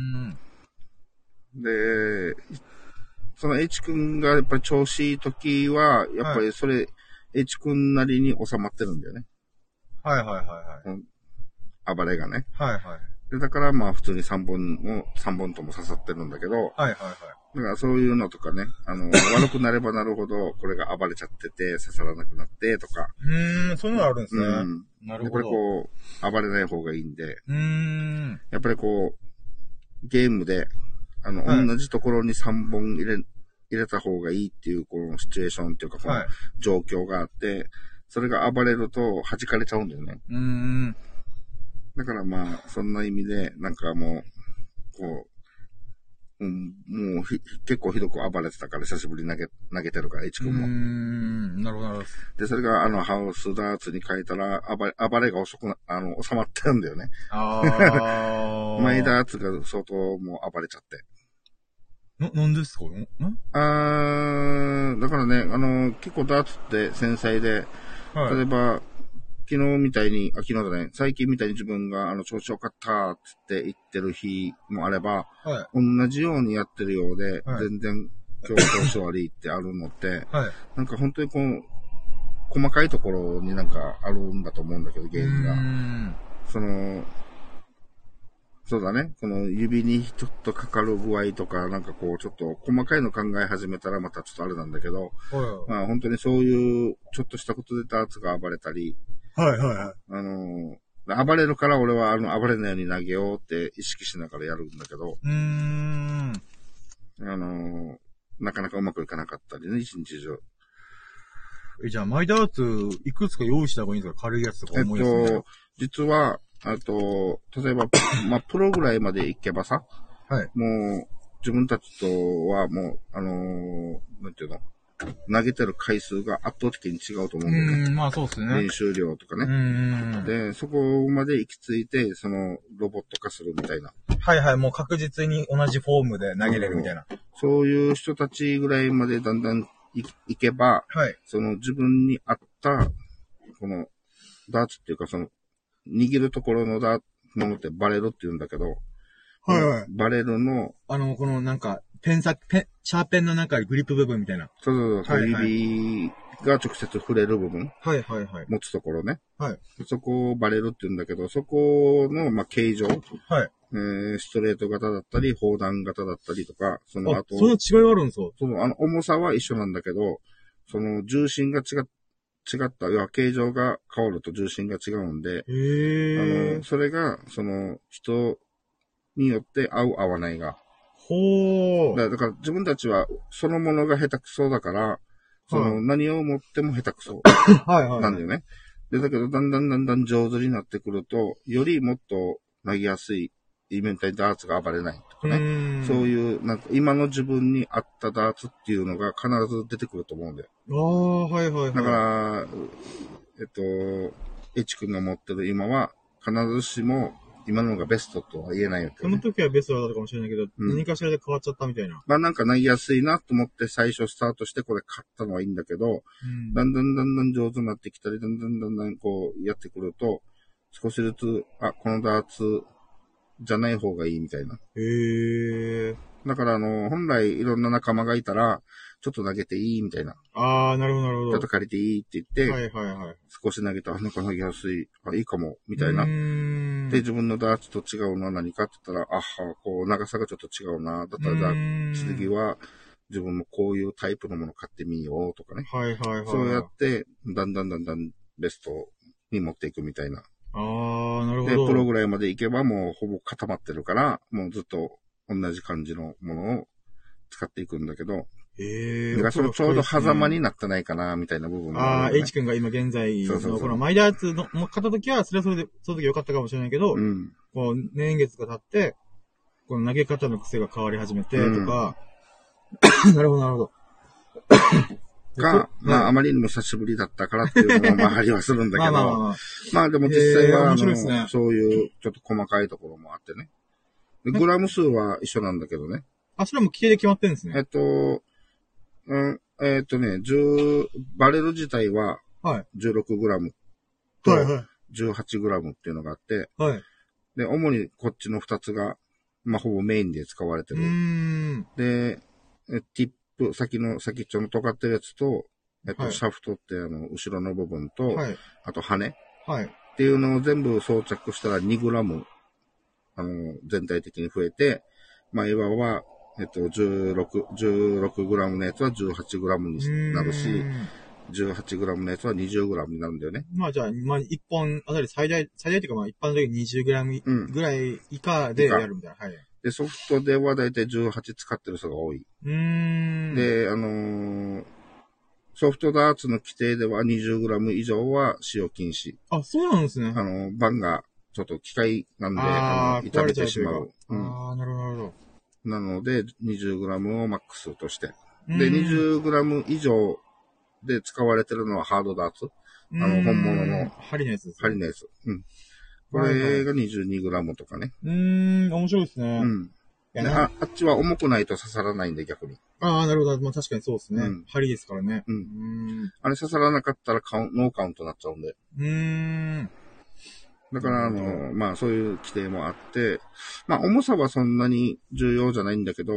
ーん。で、その H 君がやっぱり調子いい時は、やっぱりそれ、はい、H 君なりに収まってるんだよね。はいはいはいはい。暴れがね。はいはい。で、だからまあ普通にさんぼんも、さんぼんとも刺さってるんだけど、はいはいはい。だからそういうのとかね、あの、悪くなればなるほど、これが暴れちゃってて、刺さらなくなってとか。うーん、そういうのがあるんですね。うん。なるほど。やっぱりこう、暴れない方がいいんで。うーん。やっぱりこう、ゲームで、あの、はい、同じところにさんぼん入れ、入れた方がいいっていう、このシチュエーションっていうか、この状況があって、それが暴れると弾かれちゃうんだよね。うーん。だからまあ、そんな意味で、なんかもう、こう、うん、もうひ、結構ひどく暴れてたから、久しぶりに投げ、投げてるから、H 君も。うーん、なるほど、なるほど。で、それが、あの、ハウスダーツに変えたら、暴れ、暴れが遅くな、あの、収まってるんだよね。ああ。マイダーツが相当もう暴れちゃって。な、なんですか？んあー、だからね、あの、結構ダーツって繊細で、はい、例えば、昨日みたいに、あ、昨日だね、最近みたいに自分が、あの、調子よかったって言ってる日もあれば、はい、同じようにやってるようで、はい、全然今日調子悪いってあるのって、 はい。 なんか本当にこう、細かいところになんかあるんだと思うんだけど、原因が。その、そうだね。この指にちょっとかかる具合とか、なんかこう、ちょっと細かいの考え始めたらまたちょっとあれなんだけど、はいまあ本当にそういうちょっとしたことでダーツが暴れたり、 はいはいはい。 あのー、暴れるから俺はあの暴れないように投げようって意識しながらやるんだけど、 うーん。 あのー、なかなかうまくいかなかったりね、一日中。 え、じゃあ、マイダーツ、いくつか用意した方がいいんですか？軽いやつとか重いやつみたいな。 えっと、実は、あと、例えば、まあ、プロぐらいまで行けばさ、はい。もう、自分たちとはもう、あのー、なんていうの投げてる回数が圧倒的に違うと思うんだよね。 うん、まあそうですね。 練習量とかね。うんで、そこまで行き着いて、その、ロボット化するみたいな。 はいはい、もう確実に同じフォームで投げれるみたいな。 そういう人たちぐらいまでだんだん行けば、はい。その自分に合った、この、ダーツっていうかその、握るところのだものってバレルって言うんだけど、はいはい。バレルの、 あの、このなんか、ペン先、ペン、シャーペンの中グリップ部分みたいな。 そうそうそう、はいはい、指が直接触れる部分。 はいはいはい。 持つところね。 はい。 そこをバレルって言うんだけど、そこの、まあ、形状。はい。えー、ストレート型だったり、砲弾型だったりとか、その後。 その違いはあるんですか？ その、あの、重さは一緒なんだけど、その、重心が違っ違った、要は形状が変わると重心が違うんで、へあの、それが、その、人によって合う合わないが。ほー。だから自分たちはそのものが下手くそだから、その、はい、何を持っても下手くそ。はいはい。なんだよね。で、だけど、だんだんだんだん上手になってくると、よりもっと投げやすい、イベントにダーツが暴れないとかね。うそういう、なんか今の自分に合ったダーツっていうのが必ず出てくると思うんだよ。ああ、はいはいはい。だから、えっと、エチ君が持ってる今は、必ずしも今のがベストとは言えないわけ、ね。 その時はベストだったかもしれないけど、うん、何かしらで変わっちゃったみたいな。 まあなんか投げやすいなと思って最初スタートしてこれ買ったのはいいんだけど、うん、だんだんだんだん上手になってきたり、だんだんだんだんこうやってくると、少しずつ、あ、このダーツじゃない方がいいみたいな。へー。だからあの、本来いろんな仲間がいたら、ちょっと投げていいみたいな。 ああ、なるほどなるほど。 ちょっと借りていいって言って、 はいはいはい。 少し投げたら、なんか投げやすい、あ、いいかも、みたいな。で、自分のダーツと違うのは何かって言ったら、あは、こう、長さがちょっと違うな。だったら、じゃあ、次は、自分もこういうタイプのもの買ってみようとかね。はいはいはい。そうやって、だんだんだんだんベストに持っていくみたいな。ああ、なるほど。で、プロぐらいまで行けばもうほぼ固まってるから、もうずっと同じ感じのものを使っていくんだけど、ええー。だからそのちょうど狭間になってないかな、みたいな部分もある、ね。 ああ、H 君が今現在の、そうそうそうこのマイダーツの買った時は、それはそれで、その時良かったかもしれないけど、うん、こう、年月が経って、この投げ方の癖が変わり始めて、とか、うん、なるほど、なるほど。が、まあ、あまりにも久しぶりだったからっていうのも、まあ、ありはするんだけど、まあまあまあ、まあ、まあでも実際は、あの、ね、そういうちょっと細かいところもあってね。でグラム数は一緒なんだけどね。あ、それはもう規定で決まってるんですね。えっと、うん、えっとね、じゅう、バレル自体は、じゅうろくグラムと、じゅうはちグラムっていうのがあって、はい。で、主にこっちの二つが、まあ、ほぼメインで使われてる。で、ティップ、先の、先っちょの尖ってるやつと、えっと、はい、シャフトってあの、後ろの部分と、はい、あと羽。はい。っていうのを全部装着したらにグラム、あの、全体的に増えて、まあ、いわば、えっと、じゅうろく、じゅうろくグラムのやつはじゅうはちグラムになるし、じゅうはちグラムのやつはにじゅうグラムになるんだよね。まあじゃあ、まあいっぽんあたり最大、最大っていうかまあ一般的ににじゅうグラムぐらい以下でやるみたいな。はい。で、ソフトではだいたいじゅうはち使ってる人が多い。うーん。で、あのー、ソフトダーツの規定では にじゅうグラム 以上は使用禁止。あ、そうなんですね。あの、バンがちょっと機械なんで、あの、傷めてしまう。うん、ああ、なるほど、なるほど。なので、にじゅうグラム をマックスとして。で、にじゅうグラム 以上で使われてるのはハードダーツ。あの、本物の。針のやつです、ね。針のやつ。うん。これが にじゅうにグラム とかね。うーん、面白いですね。うん。あ, あっちは重くないと刺さらないんで、逆に。ああ、なるほど。まあ確かにそうですね。うん、針ですからね。うん。うんあれ刺さらなかったらカウンノーカウントになっちゃうんで。うーん。だから、あの、まあそういう規定もあって、まあ重さはそんなに重要じゃないんだけど、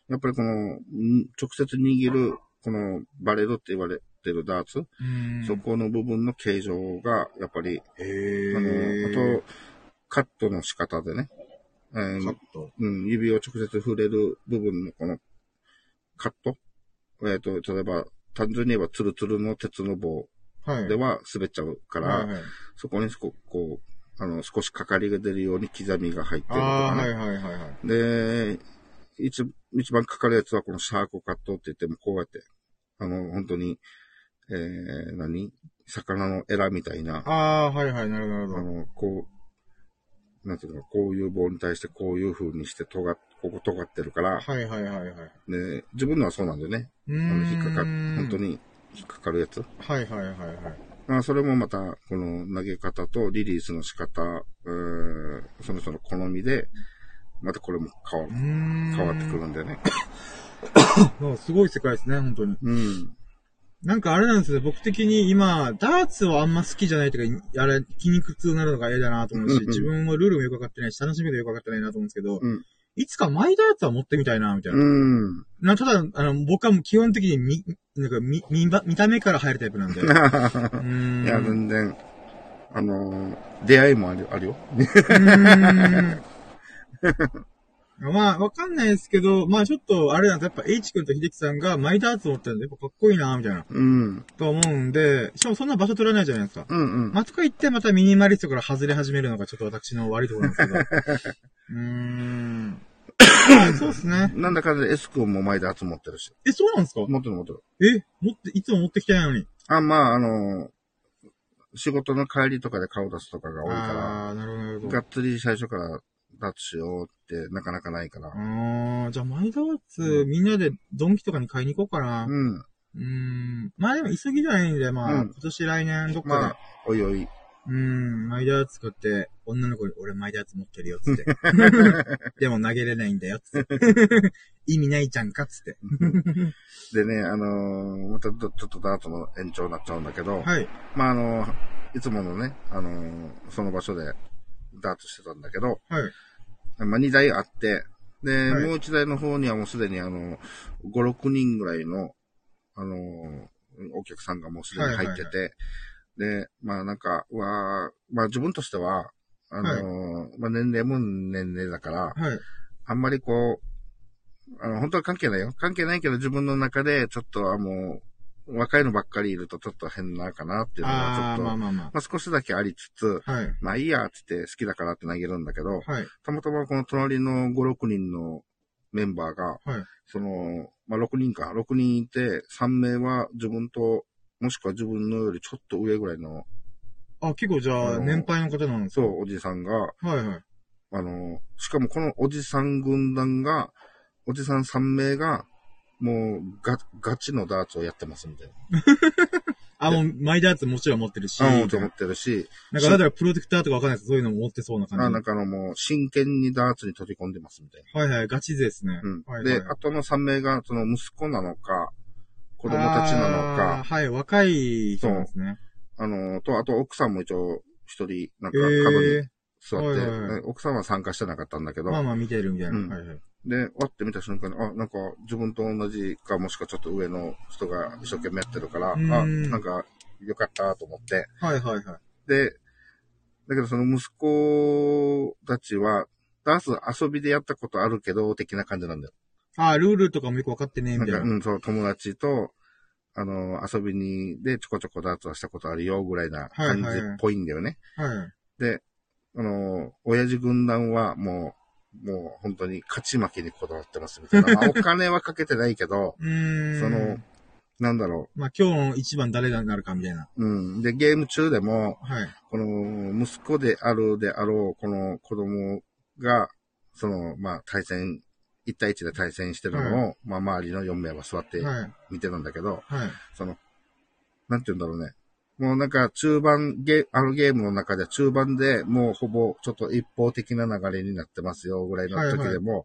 やっぱりこの、直接握る、このバレルって言われてるダーツ、そこの部分の形状が、やっぱり、 へーあの、あと、カットの仕方でね、えーカットうん、指を直接触れる部分のこのカット、えっ、と、例えば、単純に言えばツルツルの鉄の棒では滑っちゃうから、はいはいはい、そこにこう、こう、あの、少しかかりが出るように刻みが入ってるとかね。はいはいはいはい、で、一、一番かかるやつはこのシャークカットって言ってもこうやって、あの、本当に、えー、何魚のエラみたいな。 ああ、はいはい、なるほど。 あの、こう、なんていうの、こういう棒に対してこういう風にして尖っ、ここ尖ってるから。 はいはいはいはい。 で、自分のはそうなんだよね。あの、引っかか、本当に引っかかるやつ。 はいはいはいはい。 まあ、それもまた、この投げ方とリリースの仕方、うーその人の好みで、またこれも変わる、変わってくるんでね。 すごい世界ですね、本当に。 うん。 なんかあれなんですよ、僕的に今、ダーツはあんま好きじゃないとか、あれ、筋肉痛になるのが嫌だなと思うし、うんうん、自分もルールもよくわかってないし、楽しみがよくわかってないなと思うんですけど、うん、いつかマイダーツは持ってみたいな、みたいな。うん。な、ただ、あの、僕はもう基本的にみ、なんか見、見、見た目から入るタイプなんで。うんいや、全然、あのー、出会いもあるあるよ。うーんまあ、わかんないですけど、まあちょっと、あれなんですやっぱ H 君と秀樹さんがマイダーツ持ってるんで、やっぱかっこいいな、みたいな。うん。と思うんで、しかもそんな場所取らないじゃないですか。うんうん。まあ、とか言ってまたミニマリストから外れ始めるのがちょっと私の悪いところなんですけど。うーん。そうっすね。 なんだかんだ S 君もマイダーツ持ってるし。 え、そうなんですか？ 持ってる持ってる。 え、持って、いつも持ってきてないのに。 あ、まあ、あのー、仕事の帰りとかで顔出すとかが多いから。 ああ、なるほどなるほど。 がっつり最初からダーツしようってなかなかないから。 ああ、じゃあマイダーツ、うん、みんなでドンキとかに買いに行こうかな。うん。うーん。まあでも急ぎじゃないんで、まあ、うん、今年来年どっかで。まあ、 おいおい。 うーん、マイダーツ買って、女の子に俺マイダーツ持ってるよ、つって。でも投げれないんだよ、つって。意味ないじゃんか、つって。 でね、あのー、またちょっとダーツの延長になっちゃうんだけど、はい。まああのー、いつものね、あのー、その場所でダーツしてたんだけど、はい。まあにだいあって、で、はい、もういちだいの方にはもうすでにあの、ご、ろくにんぐらいの、あのー、お客さんがもうすでに入ってて、はいはいはい、で、まあなんか、は、まあ自分としては、あのーはい、まあ年齢も年齢だから、はい、あんまりこう、あの、本当は関係ないよ。関係ないけど自分の中でちょっと、あもう、若いのばっかりいるとちょっと変なかなっていうのがちょっと、あまあまあまあ、まあ少しだけありつつ、はい、まあいいやって言って好きだからって投げるんだけど、はい、たまたまこの隣のご、ろくにんのメンバーが、はい、その、まあろくにんか、ろくにんいて、さんめいは自分と、もしくは自分のよりちょっと上ぐらいの。 あ、結構じゃあ、年配の方なんですか？ そう、おじさんが。はいはい。あの、しかもこのおじさん軍団が、おじさんさんめいが、もう、ガ、ガチのダーツをやってますみたいな。 あ、もう、マイダーツもちろん持ってるし。 あ、もちろん持ってるし。 なんか、だからプロテクターとかわかんないですけど、そういうのも持ってそうな感じ。 あ、なんかあの、もう、真剣にダーツに取り込んでますみたいな。 はいはい、ガチ勢ですね。 うん。 はいはいはい、で、あとのさんめいが、その息子なのか、子供たちなのか。 はい、若い人なんですね。 あの、と、あと奥さんも一応一人、なんか角に座って、えーはいはい、奥さんは参加してなかったんだけど。 まあまあ見てるみたいな。うん、 はいはい。で、わって見た瞬間に、あ、なんか自分と同じか、もしくはちょっと上の人が一生懸命やってるから、あ、なんかよかったと思って。 はいはいはい。 で、だけどその息子たちは、ダース遊びでやったことあるけど、的な感じなんだよ。 ああ、ルールとかもよくわかってねえみたいな。 うん、そう、友達と、あの、遊びに、で、ちょこちょこダーツはしたことあるよ、ぐらいな感じっぽいんだよね。はい、はいはい。で、あの、親父軍団はもう、もう本当に勝ち負けにこだわってますみたいな。まあ、お金はかけてないけど、うーんその、なんだろう。まあ、今日の一番誰がなるかみたいな。 うん。で、ゲーム中でも、はい、この、息子であるであろう、この子供が、その、まあ、対戦、一対一で対戦してるのを、はい、まあ、周りのよんめいは座って見てるんだけど、はい、その、なんて言うんだろうね。もうなんか中盤、ゲあのゲームの中で中盤でもうほぼちょっと一方的な流れになってますよぐらいの時でも、はいはい、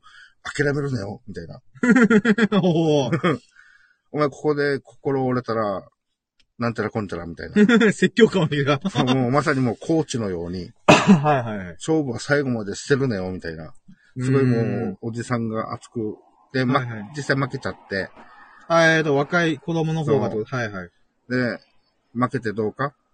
諦めるなよみたいな。お, お前ここで心折れたら、なんちゃらこんちゃらみたいな。 説教感が。 もうまさにもうコーチのように、 はいはい、 勝負は最後まで捨てるなよみたいな。すごいもうおじさんが熱く語で、ま、はいはい、実際負けちゃって。 あ、えーと、若い子供の方がと、はいはい。 で、負けてどうかって、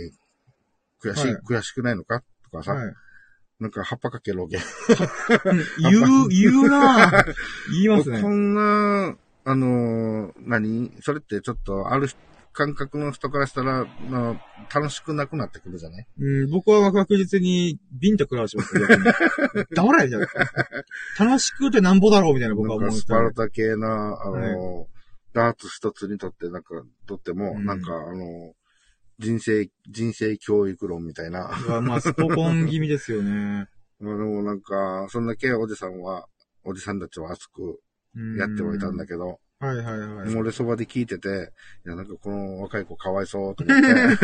悔しい、はい、悔しくないのかとかさ、はい、なんか葉っぱかけろげ。 言う、言うなぁ。言いますね。 こんな、あのー、何それってちょっと、ある感覚の人からしたら、の楽しくなくなってくるじゃない？ うん、僕は確実にビンタ食らわしますよ。黙れじゃん。楽しくてなんぼだろうみたいな僕は思う。 スパルタ系な、あのーはい、ダーツ一つにとって、なんか、とっても、うん、なんか、あのー、人生、人生教育論みたいな。 まあ、スポコン気味ですよね。 まあでもなんか、そんだけおじさんは、おじさんたちは熱くやってはいたんだけど、 はいはいはい。 俺そばで聞いてて、いやなんかこの若い子かわいそうと思って。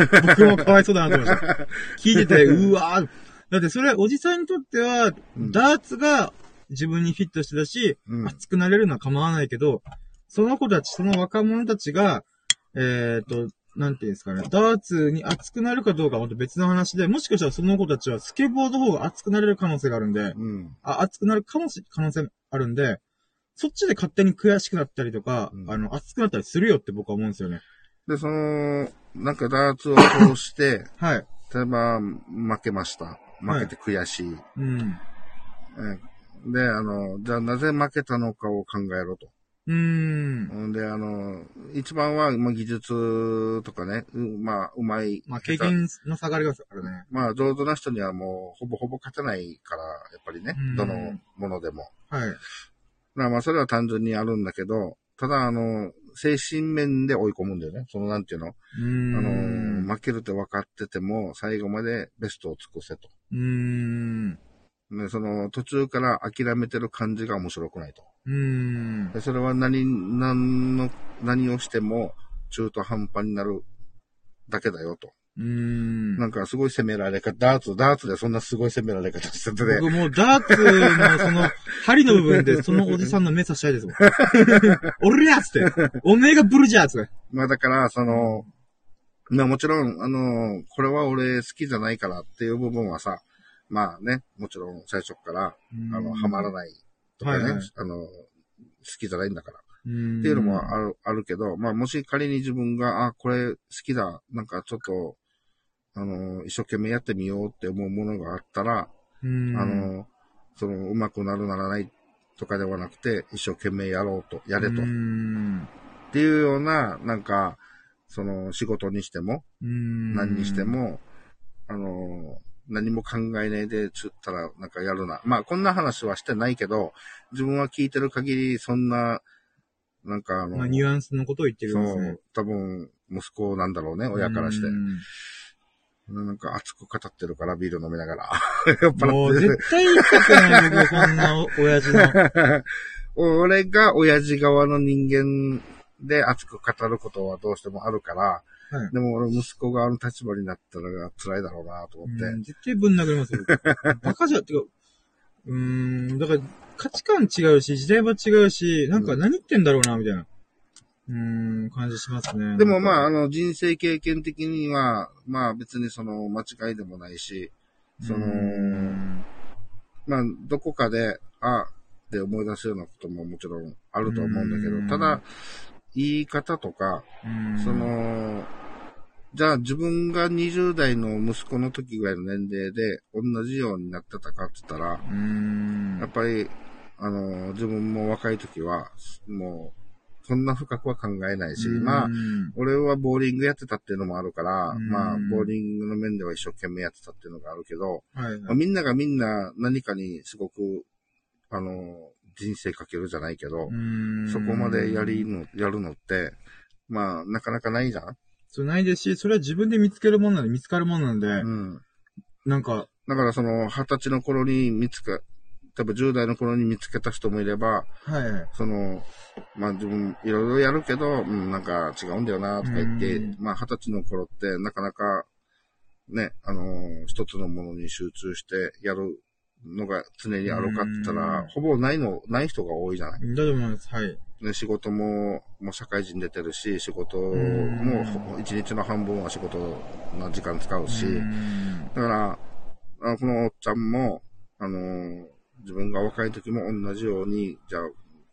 僕もかわいそうだなと思いました。聞いてて、うわー。だってそれ、おじさんにとっては、うん、ダーツが自分にフィットしてたし、うん、熱くなれるのは構わないけど、その子たち、その若者たちが、えっと、なんていうんですかね、ダーツに熱くなるかどうかはまた別の話で、もしかしたらその子たちはスケボーの方が熱くなれる可能性があるんで、うん、あ熱くなるかもし、可能性あるんで、そっちで勝手に悔しくなったりとか、うん、あの、熱くなったりするよって僕は思うんですよね。 で、その、なんかダーツを通して、 はい。 例えば、負けました。負けて悔しい。はい、 うん。 で、あの、じゃあなぜ負けたのかを考えろと。 うーん。 で、あの、一番は、まあ、技術とかね、うまあ、うまい。 まあ、経験の下がりがあるね。 まあ、上手な人にはもう、ほぼほぼ勝てないから、やっぱりね、どのものでも。 はい。 まあ、まあ、それは単純にあるんだけど、ただ、あの、精神面で追い込むんだよね。その、なんていうのうーん。 あの、負けるって分かってても、最後までベストを尽くせと。 うーん。 ね、その、途中から諦めてる感じが面白くないと。 うーん。 でそれは何、何の、何をしても中途半端になるだけだよと。 うーん。 なんかすごい攻められ方、ダーツ、ダーツでそんなすごい攻められ方しててね。 僕もうダーツのその、針の部分でそのおじさんの目刺したいですもん。俺やつって、おめえがブルジャーつって。 まあだから、その、まあもちろん、あの、これは俺好きじゃないからっていう部分はさ、まあね、もちろん最初から、あの、はまらないとかね、はいはい、あの、好きじゃないんだから。っていうのもある、あるけど、まあもし仮に自分が、あ、これ好きだ、なんかちょっと、あの、一生懸命やってみようって思うものがあったら、あの、その、うまくなるならないとかではなくて、一生懸命やろうと、やれと。っていうような、なんか、その、仕事にしても、何にしても、あの、何も考えないで、つったら、なんかやるな。まあ、こんな話はしてないけど、自分は聞いてる限り、そんな、なんかあの、 まあ、ニュアンスのことを言ってるんですね。 そう、多分、息子なんだろうね、親からして。なんか熱く語ってるから、ビール飲みながら。 もう絶対言いたくない、僕、こんな親父の。 俺が親父側の人間で熱く語ることはどうしてもあるから、はい、でも俺息子側の立場になったら辛いだろうなと思って。 絶対ぶん殴りますよ。バカじゃ、ってか、うーん、だから価値観違うし、時代は違うし、なんか何言ってんだろうな、みたいな。うーん、感じしますね。 でもまあ、あの、人生経験的には、まあ別にその、間違いでもないし、その、まあ、どこかで、あ、って思い出すようなことももちろんあると思うんだけど、ただ、言い方とか、その、じゃあ自分がにじゅう代の息子の時ぐらいの年齢で同じようになってたかって言ったら、やっぱり、あの、自分も若い時は、もう、そんな深くは考えないし、まあ、俺はボーリングやってたっていうのもあるから、まあ、ボーリングの面では一生懸命やってたっていうのがあるけど、 はいはい、 まあ、みんながみんな何かにすごく、あの、人生かけるじゃないけど、そこまでやりの、やるのって、まあ、なかなかないじゃん？ そうないですし、それは自分で見つけるものなんで、見つかるものなんで、 うん。 なんか、 だからその、二十歳の頃に見つか、多分じゅう代の頃に見つけた人もいれば、 はいはい、 その、まあ自分いろいろやるけど、うん、なんか違うんだよなとか言って、まあ二十歳の頃ってなかなか、ね、あのー、一つのものに集中してやるのが常にあるかって言ったら、ほぼないの、ない人が多いじゃない。 だと思います。はい。 ね、仕事も、もう社会人出てるし、仕事も一日の半分は仕事の時間使うし、だから、あこのおっちゃんも、あのー、自分が若い時も同じように、じゃあ、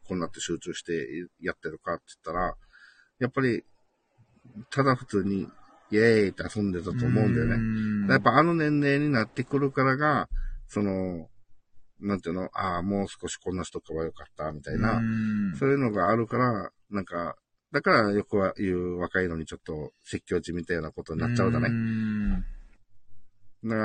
こになって集中してやってるかって言ったら、やっぱり、ただ普通に、イエーイって遊んでたと思うんだよね。やっぱあの年齢になってくるからが、その、なんていうの、ああ、もう少しこんな人かはよかった、みたいな、そういうのがあるから、なんか、だからよくは言う若いのにちょっと説教地みたいなことになっちゃうだね。だから、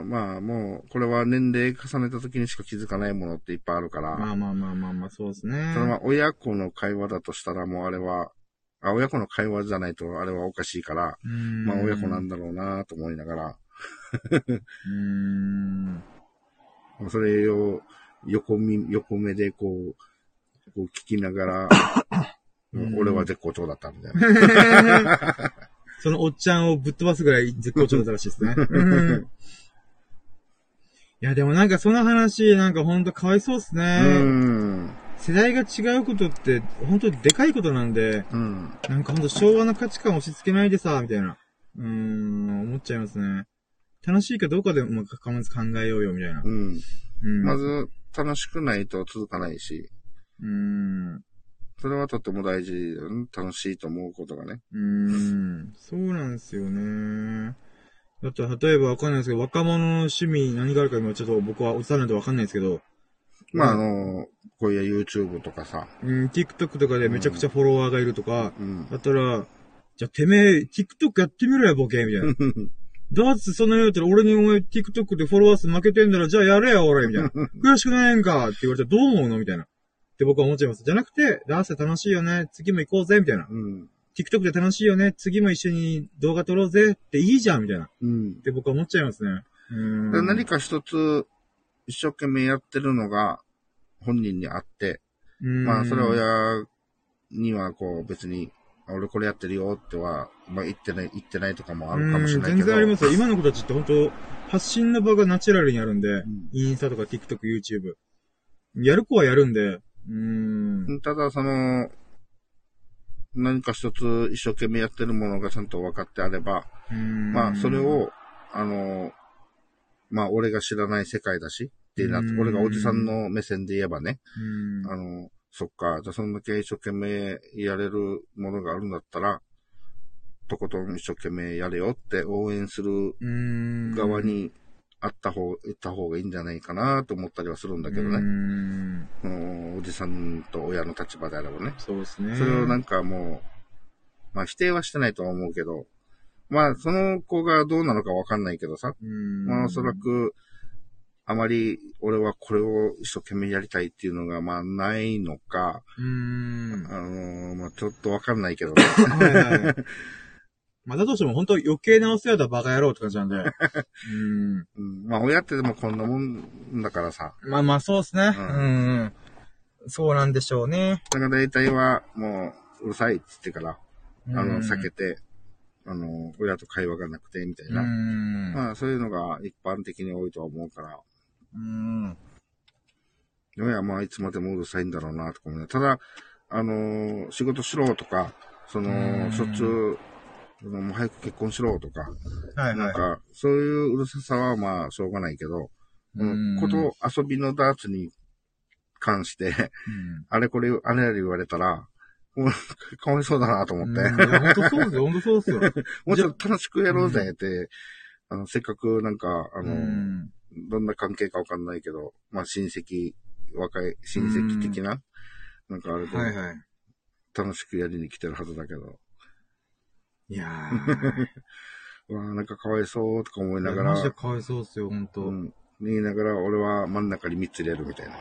まあもう、これは年齢重ねた時にしか気づかないものっていっぱいあるから。 まあまあまあまあまあ、そうですね。 それは親子の会話だとしたらもうあれは、あ、親子の会話じゃないとあれはおかしいから、まあ親子なんだろうなと思いながら。うーんそれを横み、横目でこう、こう聞きながら、俺は絶好調だったみたいな。 そのおっちゃんをぶっ飛ばすぐらい絶好調だったらしいですね。いやでもなんかその話なんかほんとかわいそうっすね。うん世代が違うことって本当にでかいことなんで、うん、なんかほんと昭和の価値観を押し付けないでさ、みたいな。うーん、思っちゃいますね。楽しいかどうかでもまず考えようよ、みたいな。うんうん、まず、楽しくないと続かないし。うん。それはとっても大事、楽しいと思うことがね。 うん。そうなんですよね。だって例えばわかんないですけど、若者の趣味何があるか今ちょっと僕はお伝えないとわかんないですけど。 まあ、あの、こういう YouTube とかさ。 うん、TikTok とかでめちゃくちゃフォロワーがいるとか、うん、だったら、じゃあてめえ、TikTok やってみろよ、ボケみたいな。ダーツそんなに言うたら俺にお前 TikTok でフォロワー数負けてんだら、じゃあやれよ、俺みたいな。悔しくないんかって言われたらどう思うのみたいな。って僕は思っちゃいます。じゃなくて、ダーツ楽しいよね、次も行こうぜ、みたいな。うん、TikTok で楽しいよね、次も一緒に動画撮ろうぜっていいじゃん、みたいな。うん、って僕は思っちゃいますね。 うん何か一つ一生懸命やってるのが本人にあって、まあそれは親にはこう別に、俺これやってるよっては、まあ言ってない、言ってないとかもあるかもしれないけど。 全然ありますよ。今の子たちって本当発信の場がナチュラルにあるんで、うん、インスタとか TikTok、YouTube。やる子はやるんで、うーんただその、何か一つ一生懸命やってるものがちゃんと分かってあれば、まあそれを、あの、まあ俺が知らない世界だし、っていうな、俺がおじさんの目線で言えばね、あの、そっか、じゃあそんだけ一生懸命やれるものがあるんだったら、とことん一生懸命やれよって応援する側にあった方、行った方がいいんじゃないかなと思ったりはするんだけどね。うん、おじさんと親の立場であればね。 そうですね。 それをなんかもう、まあ否定はしてないとは思うけど、まあその子がどうなのかわかんないけどさ、まあおそらく、あまり俺はこれを一生懸命やりたいっていうのがまあないのか、うーんあのー、まあちょっとわかんないけどね。はいはいまあだとしても本当余計なお世話だバカ野郎って感じなんで。うんうん、まあ親ってでもこんなもんだからさ。 まあまあそうですね。うん、うん、そうなんでしょうね。 だから大体はもううるさいって言ってから、あの、避けて、あの、親と会話がなくてみたいな。うんまあそういうのが一般的に多いとは思うから。うん。親はまあいつまでもうるさいんだろうなとかもね。ただ、あのー、仕事しろとか、その、しょっちゅう、もう早く結婚しろとか、はいはい、なんか、そういううるささはまあしょうがないけど、うん、こと遊びのダーツに関して、うん、あれこれ、あれやり言われたら、もう、かわいそうだなと思って。 本当そうですよ、本当そうですよ。 もうちょっと楽しくやろうぜって、あの、せっかくなんか、あの、どんな関係かわかんないけど、まあ親戚、若い親戚的な、なんかあると、はいはい、楽しくやりに来てるはずだけど。 いやー。 うわーなんかかわいそうとか思いながら。 マジでかわいそうっすよ、ほんと。うん。 言いながら、俺は真ん中にみっつ入れるみたいな。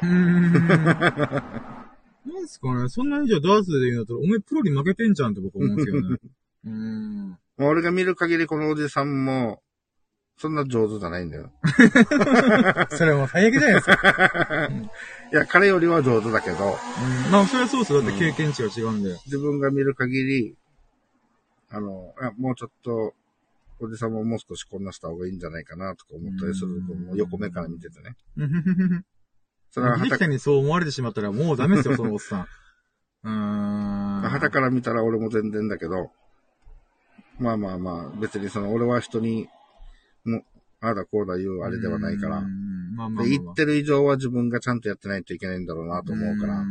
なんすかねそんなにじゃダースで言うんだったら、お前プロに負けてんじゃんって僕思うんですけどね。 うーん。俺が見る限りこのおじさんも、そんな上手じゃないんだよ。 それはもう最悪じゃないですか。 いや、彼よりは上手だけど。 うん、まあ、それはそうですよ。だって経験値が違うんで、うん。 自分が見る限り、あの、もうちょっと、おじさんももう少しこんなした方がいいんじゃないかなとか思ったりする。もう横目から見ててね。 それははたにそう思われてしまったらもうダメですよ、そのおっさん。うーん。 旗から見たら俺も全然だけど、まあまあまあ、別にその俺は人に、もう、ああだこうだ言うあれではないから。まあまあまあまあ、で言ってる以上は自分がちゃんとやってないといけないんだろうなと思うから。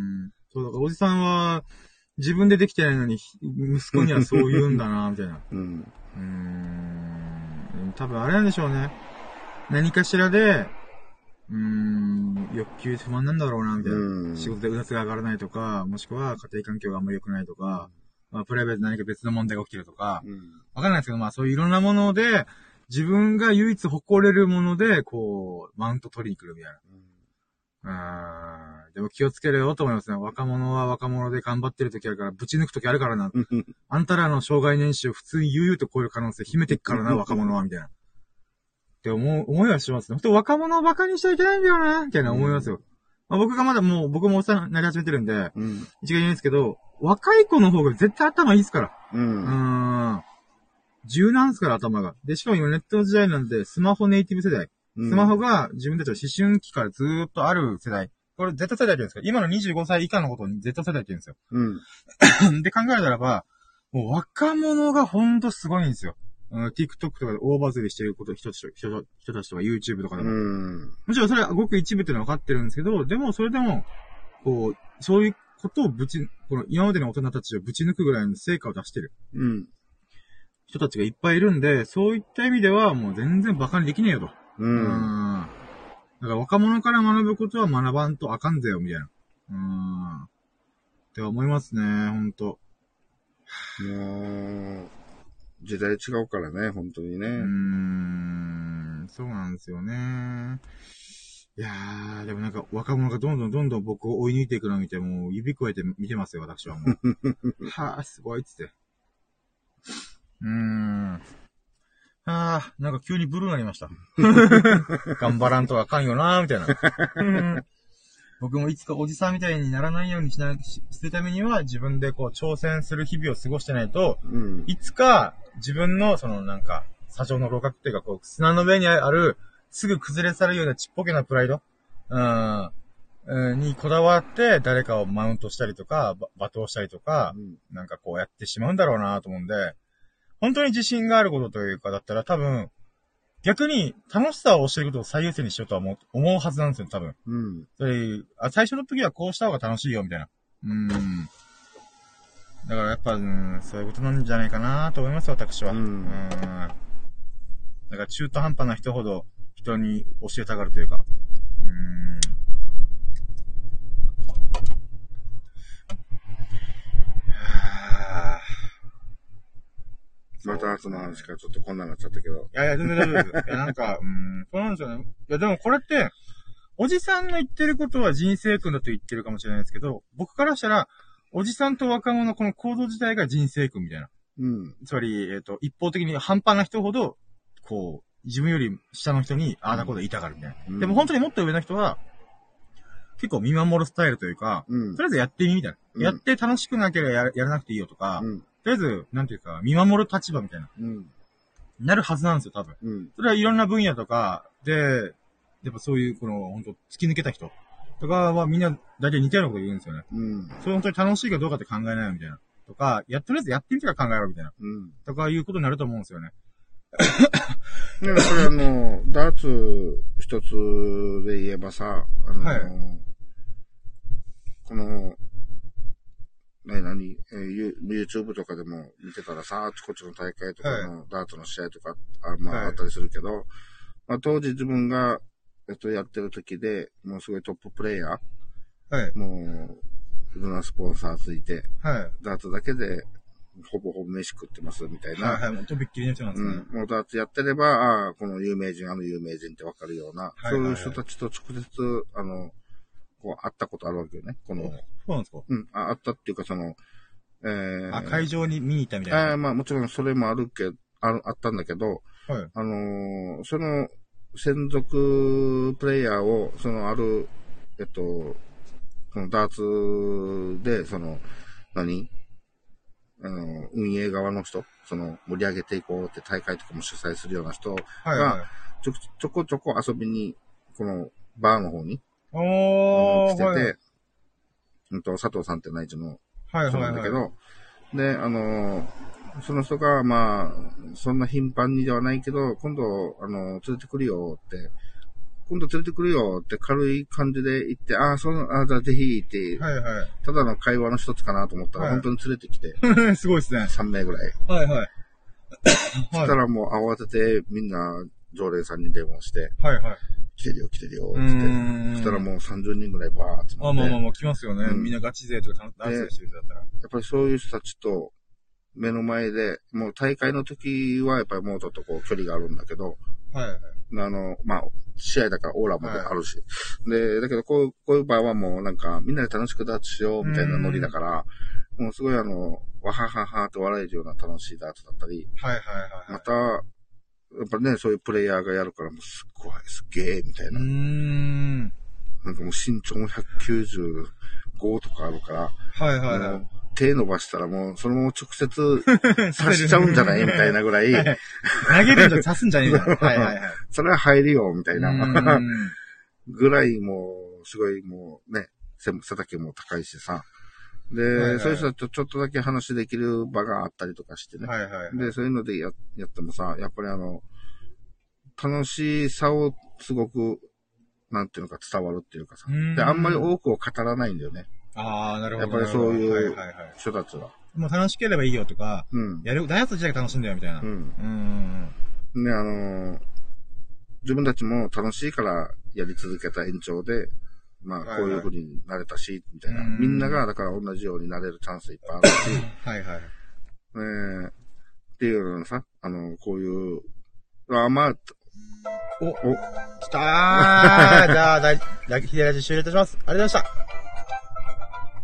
そうだからおじさんは、自分でできてないのに、息子にはそう言うんだな、みたいな。うん。うーん。多分あれなんでしょうね。何かしらで、うーん、欲求不満なんだろうな、みたいな。うん、仕事でうだつが上がらないとか、もしくは家庭環境があんまり良くないとか、まあ、プライベートで何か別の問題が起きるとか、うん、わかんないですけど、まあそういういろんなもので、自分が唯一誇れるもので、こう、マウント取りに来るみたいな。うん、でも気をつけろよと思いますね。若者は若者で頑張ってる時あるから、ぶち抜く時あるからな。あんたらの障害年収普通に悠々と超える可能性秘めてっからな、若者は、みたいな。って思う、思いはしますね。ほんと若者を馬鹿にしちゃいけないんだよな、みたいな思いますよ。うん、まあ、僕がまだもう、僕もおっさんになり始めてるんで、うん、一概に言うんですけど、若い子の方が絶対頭いいですから。うん。うーん。柔軟ですから、頭が。で、しかも今ネットの時代なんで、スマホネイティブ世代。スマホが自分たちの思春期からずーっとある世代。これ Z 世代って言うんですか？今のにじゅうごさい以下のことを Z 世代って言うんですよ。うん。で考えたらば、もう若者がほんとすごいんですよ。うん、TikTok とかで大バズりしてること人たち、人たちとか YouTube とかでも。うん。もちろんそれはごく一部っていうのは分かってるんですけど、でもそれでも、こう、そういうことをぶち、この今までの大人たちをぶち抜くぐらいの成果を出してる。うん。人たちがいっぱいいるんで、そういった意味ではもう全然馬鹿にできねえよと。うん。うんだから若者から学ぶことは学ばんとあかんぜよ、みたいな。うーん。って思いますね、ほんと。 もう、時代違うからね、ほんとにね。うーん、そうなんですよね。いやー、でもなんか若者がどんどんどんどん僕を追い抜いていくのを見て、もう指くわえて見てますよ、私はもう。はぁ、すごいっつって。うーん。ああ、なんか急にブルーになりました。頑張らんとあかんよなー、みたいな。僕もいつかおじさんみたいにならないようにしな、し、するためには自分でこう挑戦する日々を過ごしてないと、うん、いつか自分のそのなんか、砂上の楼閣っていうかこう、砂の上にある、すぐ崩れ去るようなちっぽけなプライド、うん、うん、にこだわって誰かをマウントしたりとか、罵倒したりとか、うん、なんかこうやってしまうんだろうなと思うんで、本当に自信があることというかだったら多分、逆に楽しさを教えることを最優先にしようとは思う、思うはずなんですよ、多分。うん。それあ最初の時はこうした方が楽しいよ、みたいな。うん。だからやっぱ、うん、そういうことなんじゃないかなと思います、私は。うん。うんだから中途半端な人ほど人に教えたがるというか。うん。 またその話からちょっとこんなになっちゃったけど。いやいや、全然大丈夫です。いや、なんか、うん、そうなんですよね。いや、でもこれって、おじさんの言ってることは人生訓だと言ってるかもしれないですけど、僕からしたら、おじさんと若者のこの行動自体が人生訓みたいな。うん。つまり、えっと、一方的に半端な人ほど、こう、自分より下の人に、ああだこと言いたがるみたいな。うん、でも本当にもっと上の人は、結構見守るスタイルというか、うん、とりあえずやってみみたいな。うん、やって楽しくなければ や, やらなくていいよとか、うんとりあえず、なんていうか、見守る立場みたいな。うん。なるはずなんですよ、多分。うん。それはいろんな分野とかで、やっぱそういう、この、ほんと、突き抜けた人とかはみんな、大体似たようなこと言うんですよね。うん。それ本当に楽しいかどうかって考えないよ、みたいな。とか、や、とりあえずやってみてから考えろ、みたいな。うん。とかいうことになると思うんですよね。 ね、これあの、ダーツ一つで言えばさ、あの、はい、この、ね、何、えー、YouTube とかでも見てたらさ、あちこちの大会とかの、はい、ダーツの試合とか、あまあ、はい、あったりするけど、まあ、当時自分が、えっと、やってる時で、もうすごいトッププレイヤー、はい、もう、いろんなスポンサーついて、はい、ダーツだけで、ほぼほぼ飯食ってますみたいな。 はいはい、もうとびっきりの人なんですね。 うん。もうダーツやってれば、ああ、この有名人、あの有名人ってわかるような、はいはいはい、そういう人たちと直接、あの、こう、会ったことあるわけよね。この、 そうなんですか？ うん。あ、あったっていうか、その、えー、 あ、会場に見に行ったみたいな。 あまあ、もちろんそれもあるけど、あ、あったんだけど、はい。あのー、その、専属プレイヤーを、その、ある、えっと、そのダーツで、その、何あの、運営側の人、その、盛り上げていこうって大会とかも主催するような人が、はいはい、ちょ、ちょこちょこ遊びに、この、バーの方に、おー、来てて、はい、うんと、佐藤さんって内地の人なんだけど、はいはいはい、で、あの、その人が、まあ、そんな頻繁にではないけど、今度、あの、連れてくるよって、 今度連れてくるよって軽い感じで言って、ああ、そう、ああ、じゃあぜひって、はいはい。ただの会話の一つかなと思ったら、はい、本当に連れてきて。 すごいですね。 さん名ぐらい。 はいはい。 そしたらもう慌ててみんな常連さんに電話して、 はいはい。 来てるよ来てるよ、つって。そしたらもうさんじゅうにんぐらいバーッつって。 あ、まあまあまあ来ますよね。うん、みんなガチ勢とかダンスしてる人だったら。やっぱりそういう人たちと目の前で、もう大会の時はやっぱりもうちょっとこう距離があるんだけど、はいはい。あの、まあ、試合だからオーラもあるし。はい、で、だけどこういう、こういう場合はもうなんかみんなで楽しくダーツしようみたいなノリだから、もうすごいあの、わはははと笑えるような楽しいダーツだったり、はいはいはい。また、やっぱね、そういうプレイヤーがやるからもうすっごい、すっげーみたいな。うーん。なんかもう身長もひゃくきゅうじゅうごとかあるから、はいはいはい。手伸ばしたらもうそのまま直接刺しちゃうんじゃないみたいなぐらい。投げるんじゃ刺すんじゃねえじゃん。はいはいはい。 それは入るよ、みたいな。ぐらいもう、すごいもうね、背丈も高いしさ。で、はいはい、そういう人とちょっとだけ話できる場があったりとかしてね。はいはいはい、で、そういうのでややってもさ、やっぱりあの、楽しさをすごく、なんていうのか伝わるっていうかさ。で、あんまり多くを語らないんだよね。 ああ、なるほど。 やっぱりそういう人たちは。 もう楽しければいいよとか、うん、やる、ダイエット自体が楽しいんだよみたいな。うん。 うん。ね、あのー、自分たちも楽しいからやり続けた延長で、まあ、こういう風になれたし、みたいな。みんなが、だから同じようになれるチャンスいっぱいあるし。はいはい。えー、っていうようなさ、あの、こういう、あ、まあ、 お、お、来たーじゃあ、だい、ヒデラジ終了いたします。ありがとうございました。